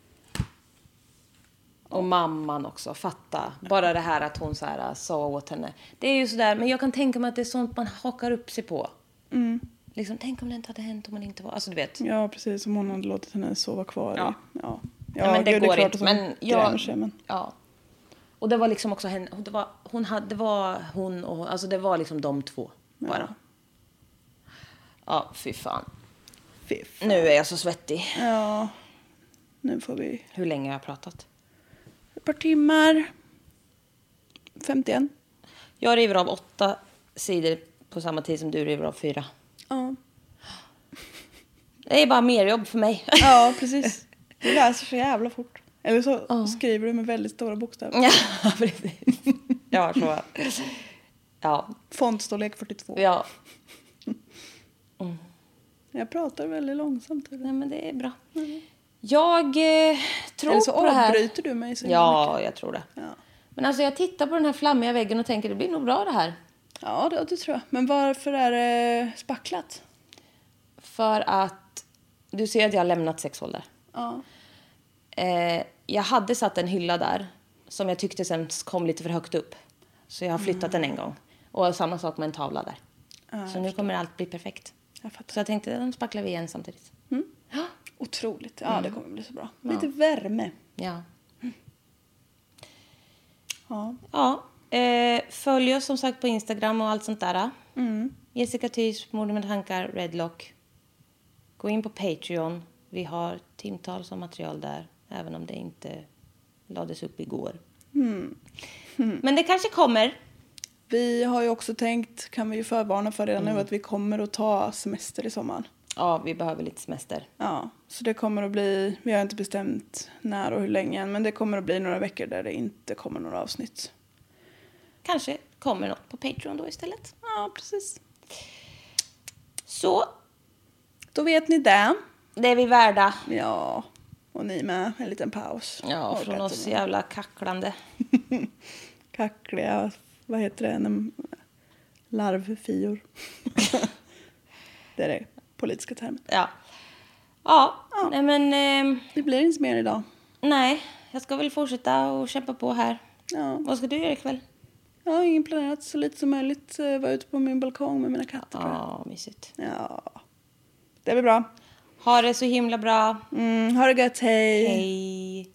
Och mamman också, fatta. Bara det här att hon så här sa åt henne. Det är ju sådär, men jag kan tänka mig att det är sånt man hakar upp sig på. Mm. Liksom, tänk om det inte hade hänt om man inte var... Alltså du vet. Ja, precis. Som hon hade låtit henne sova kvar ja. i. Ja, Ja, Nej, men det gud, går det är inte. klart Men jag, sig, men... ja. Och det var liksom också henne, det var, hon hade, det var hon och, alltså det var liksom de två bara. Ja, ja fy fan. Fy fan. Nu är jag så svettig. Ja, nu får vi... Hur länge har jag pratat? Ett par timmar. femtioen. Jag river av åtta sidor på samma tid som du river av fyra. Ja. Det är bara mer jobb för mig. Ja, precis. Du läser så jävla fort. Eller så oh. skriver du med väldigt stora bokstäver. Ja, precis. Ja, så. Ja. Fontstorlek fyrtiotvå. Ja. Mm. Jag pratar väldigt långsamt. Nej, men det är bra. Mm. Jag eh, tror Eller så på det här. avbryter du mig så Ja, mycket. jag tror det. Ja. Men alltså jag tittar på den här flammiga väggen och tänker det blir nog bra det här. Ja, det, det tror jag. Men varför är det spacklat? För att du ser att jag har lämnat sexhåll där. Ja. Eh, jag hade satt en hylla där som jag tyckte sen kom lite för högt upp. Så jag har flyttat mm. den en gång. Och samma sak med en tavla där. Ja, så nu kommer allt bli perfekt. Jag fattar. Så jag tänkte den spacklar vi igen samtidigt. Mm. Otroligt. Ja, mm. det kommer bli så bra. Ja. Lite värme. Ja. Mm. Ja. Ja. Eh, följ oss som sagt på Instagram och allt sånt där. Mm. Jessica Thys, Mord med tankar, Redlock. Gå in på Patreon. Vi har timtals av material där. Även om det inte lades upp igår. Mm. Mm. Men det kanske kommer. Vi har ju också tänkt, kan vi ju förvarna för redan mm. nu, att vi kommer att ta semester i sommar. Ja, vi behöver lite semester. Ja, så det kommer att bli, vi har inte bestämt när och hur länge än, men det kommer att bli några veckor där det inte kommer några avsnitt. Kanske kommer något på Patreon då istället. Ja, precis. Så. Då vet ni det. Det är vi värda. Ja, och ni med en liten paus. Ja, Orkat från oss jävla kacklande. Kackliga, vad heter det? En larvfior. Det är det politiska termen. Ja. Ja, ja. Nej, men... Eh, det blir inte mer idag. Nej, jag ska väl fortsätta och kämpa på här. Ja. Vad ska du göra ikväll? Jag har ingen planerat, så lite som möjligt. Vara ute på min balkong med mina katter. Ja, mysigt. Ja, det blir bra. Ha det så himla bra. Mm, ha det gött, hej. Hej.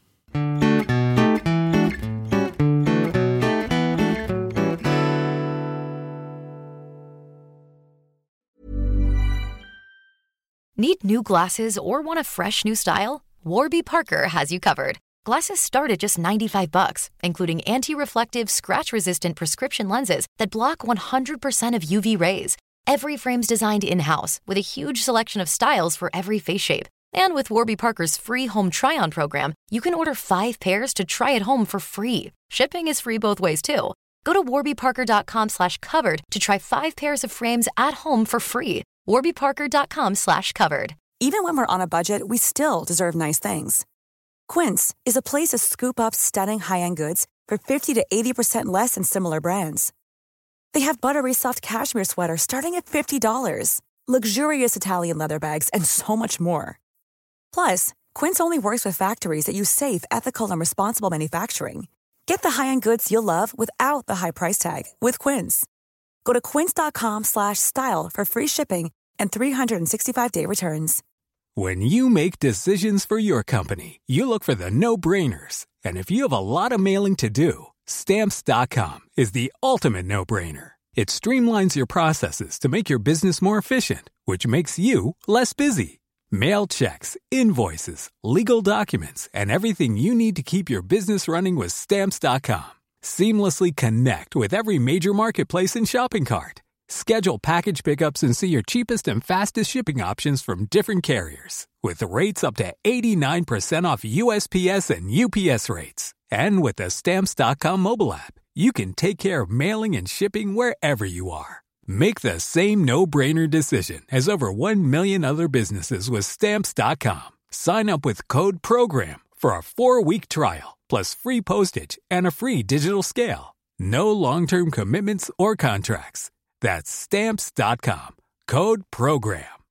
Need new glasses or want a fresh new style? Warby Parker has you covered. Glasses start at just ninety-five bucks, including anti-reflective, scratch-resistant prescription lenses that block one hundred percent of U V rays. Every frame's designed in-house with a huge selection of styles for every face shape. And with Warby Parker's free home try-on program, you can order five pairs to try at home for free. Shipping is free both ways, too. Go to warbyparker.com slash covered to try five pairs of frames at home for free. warbyparker.com slash covered. Even when we're on a budget, we still deserve nice things. Quince is a place to scoop up stunning high-end goods for fifty to eighty percent less than similar brands. They have buttery soft cashmere sweaters starting at fifty dollars, luxurious Italian leather bags, and so much more. Plus, Quince only works with factories that use safe, ethical, and responsible manufacturing. Get the high-end goods you'll love without the high price tag with Quince. Go to quince.com slash style for free shipping and three sixty-five day returns. When you make decisions for your company, you look for the no-brainers. And if you have a lot of mailing to do, Stamps dot com is the ultimate no-brainer. It streamlines your processes to make your business more efficient, which makes you less busy. Mail checks, invoices, legal documents, and everything you need to keep your business running with Stamps dot com. Seamlessly connect with every major marketplace and shopping cart. Schedule package pickups and see your cheapest and fastest shipping options from different carriers. With rates up to eighty-nine percent off U S P S and U P S rates. And with the Stamps dot com mobile app, you can take care of mailing and shipping wherever you are. Make the same no-brainer decision as over one million other businesses with Stamps dot com. Sign up with code PROGRAM for a four-week trial, plus free postage and a free digital scale. No long-term commitments or contracts. That's Stamps dot com. Code PROGRAM.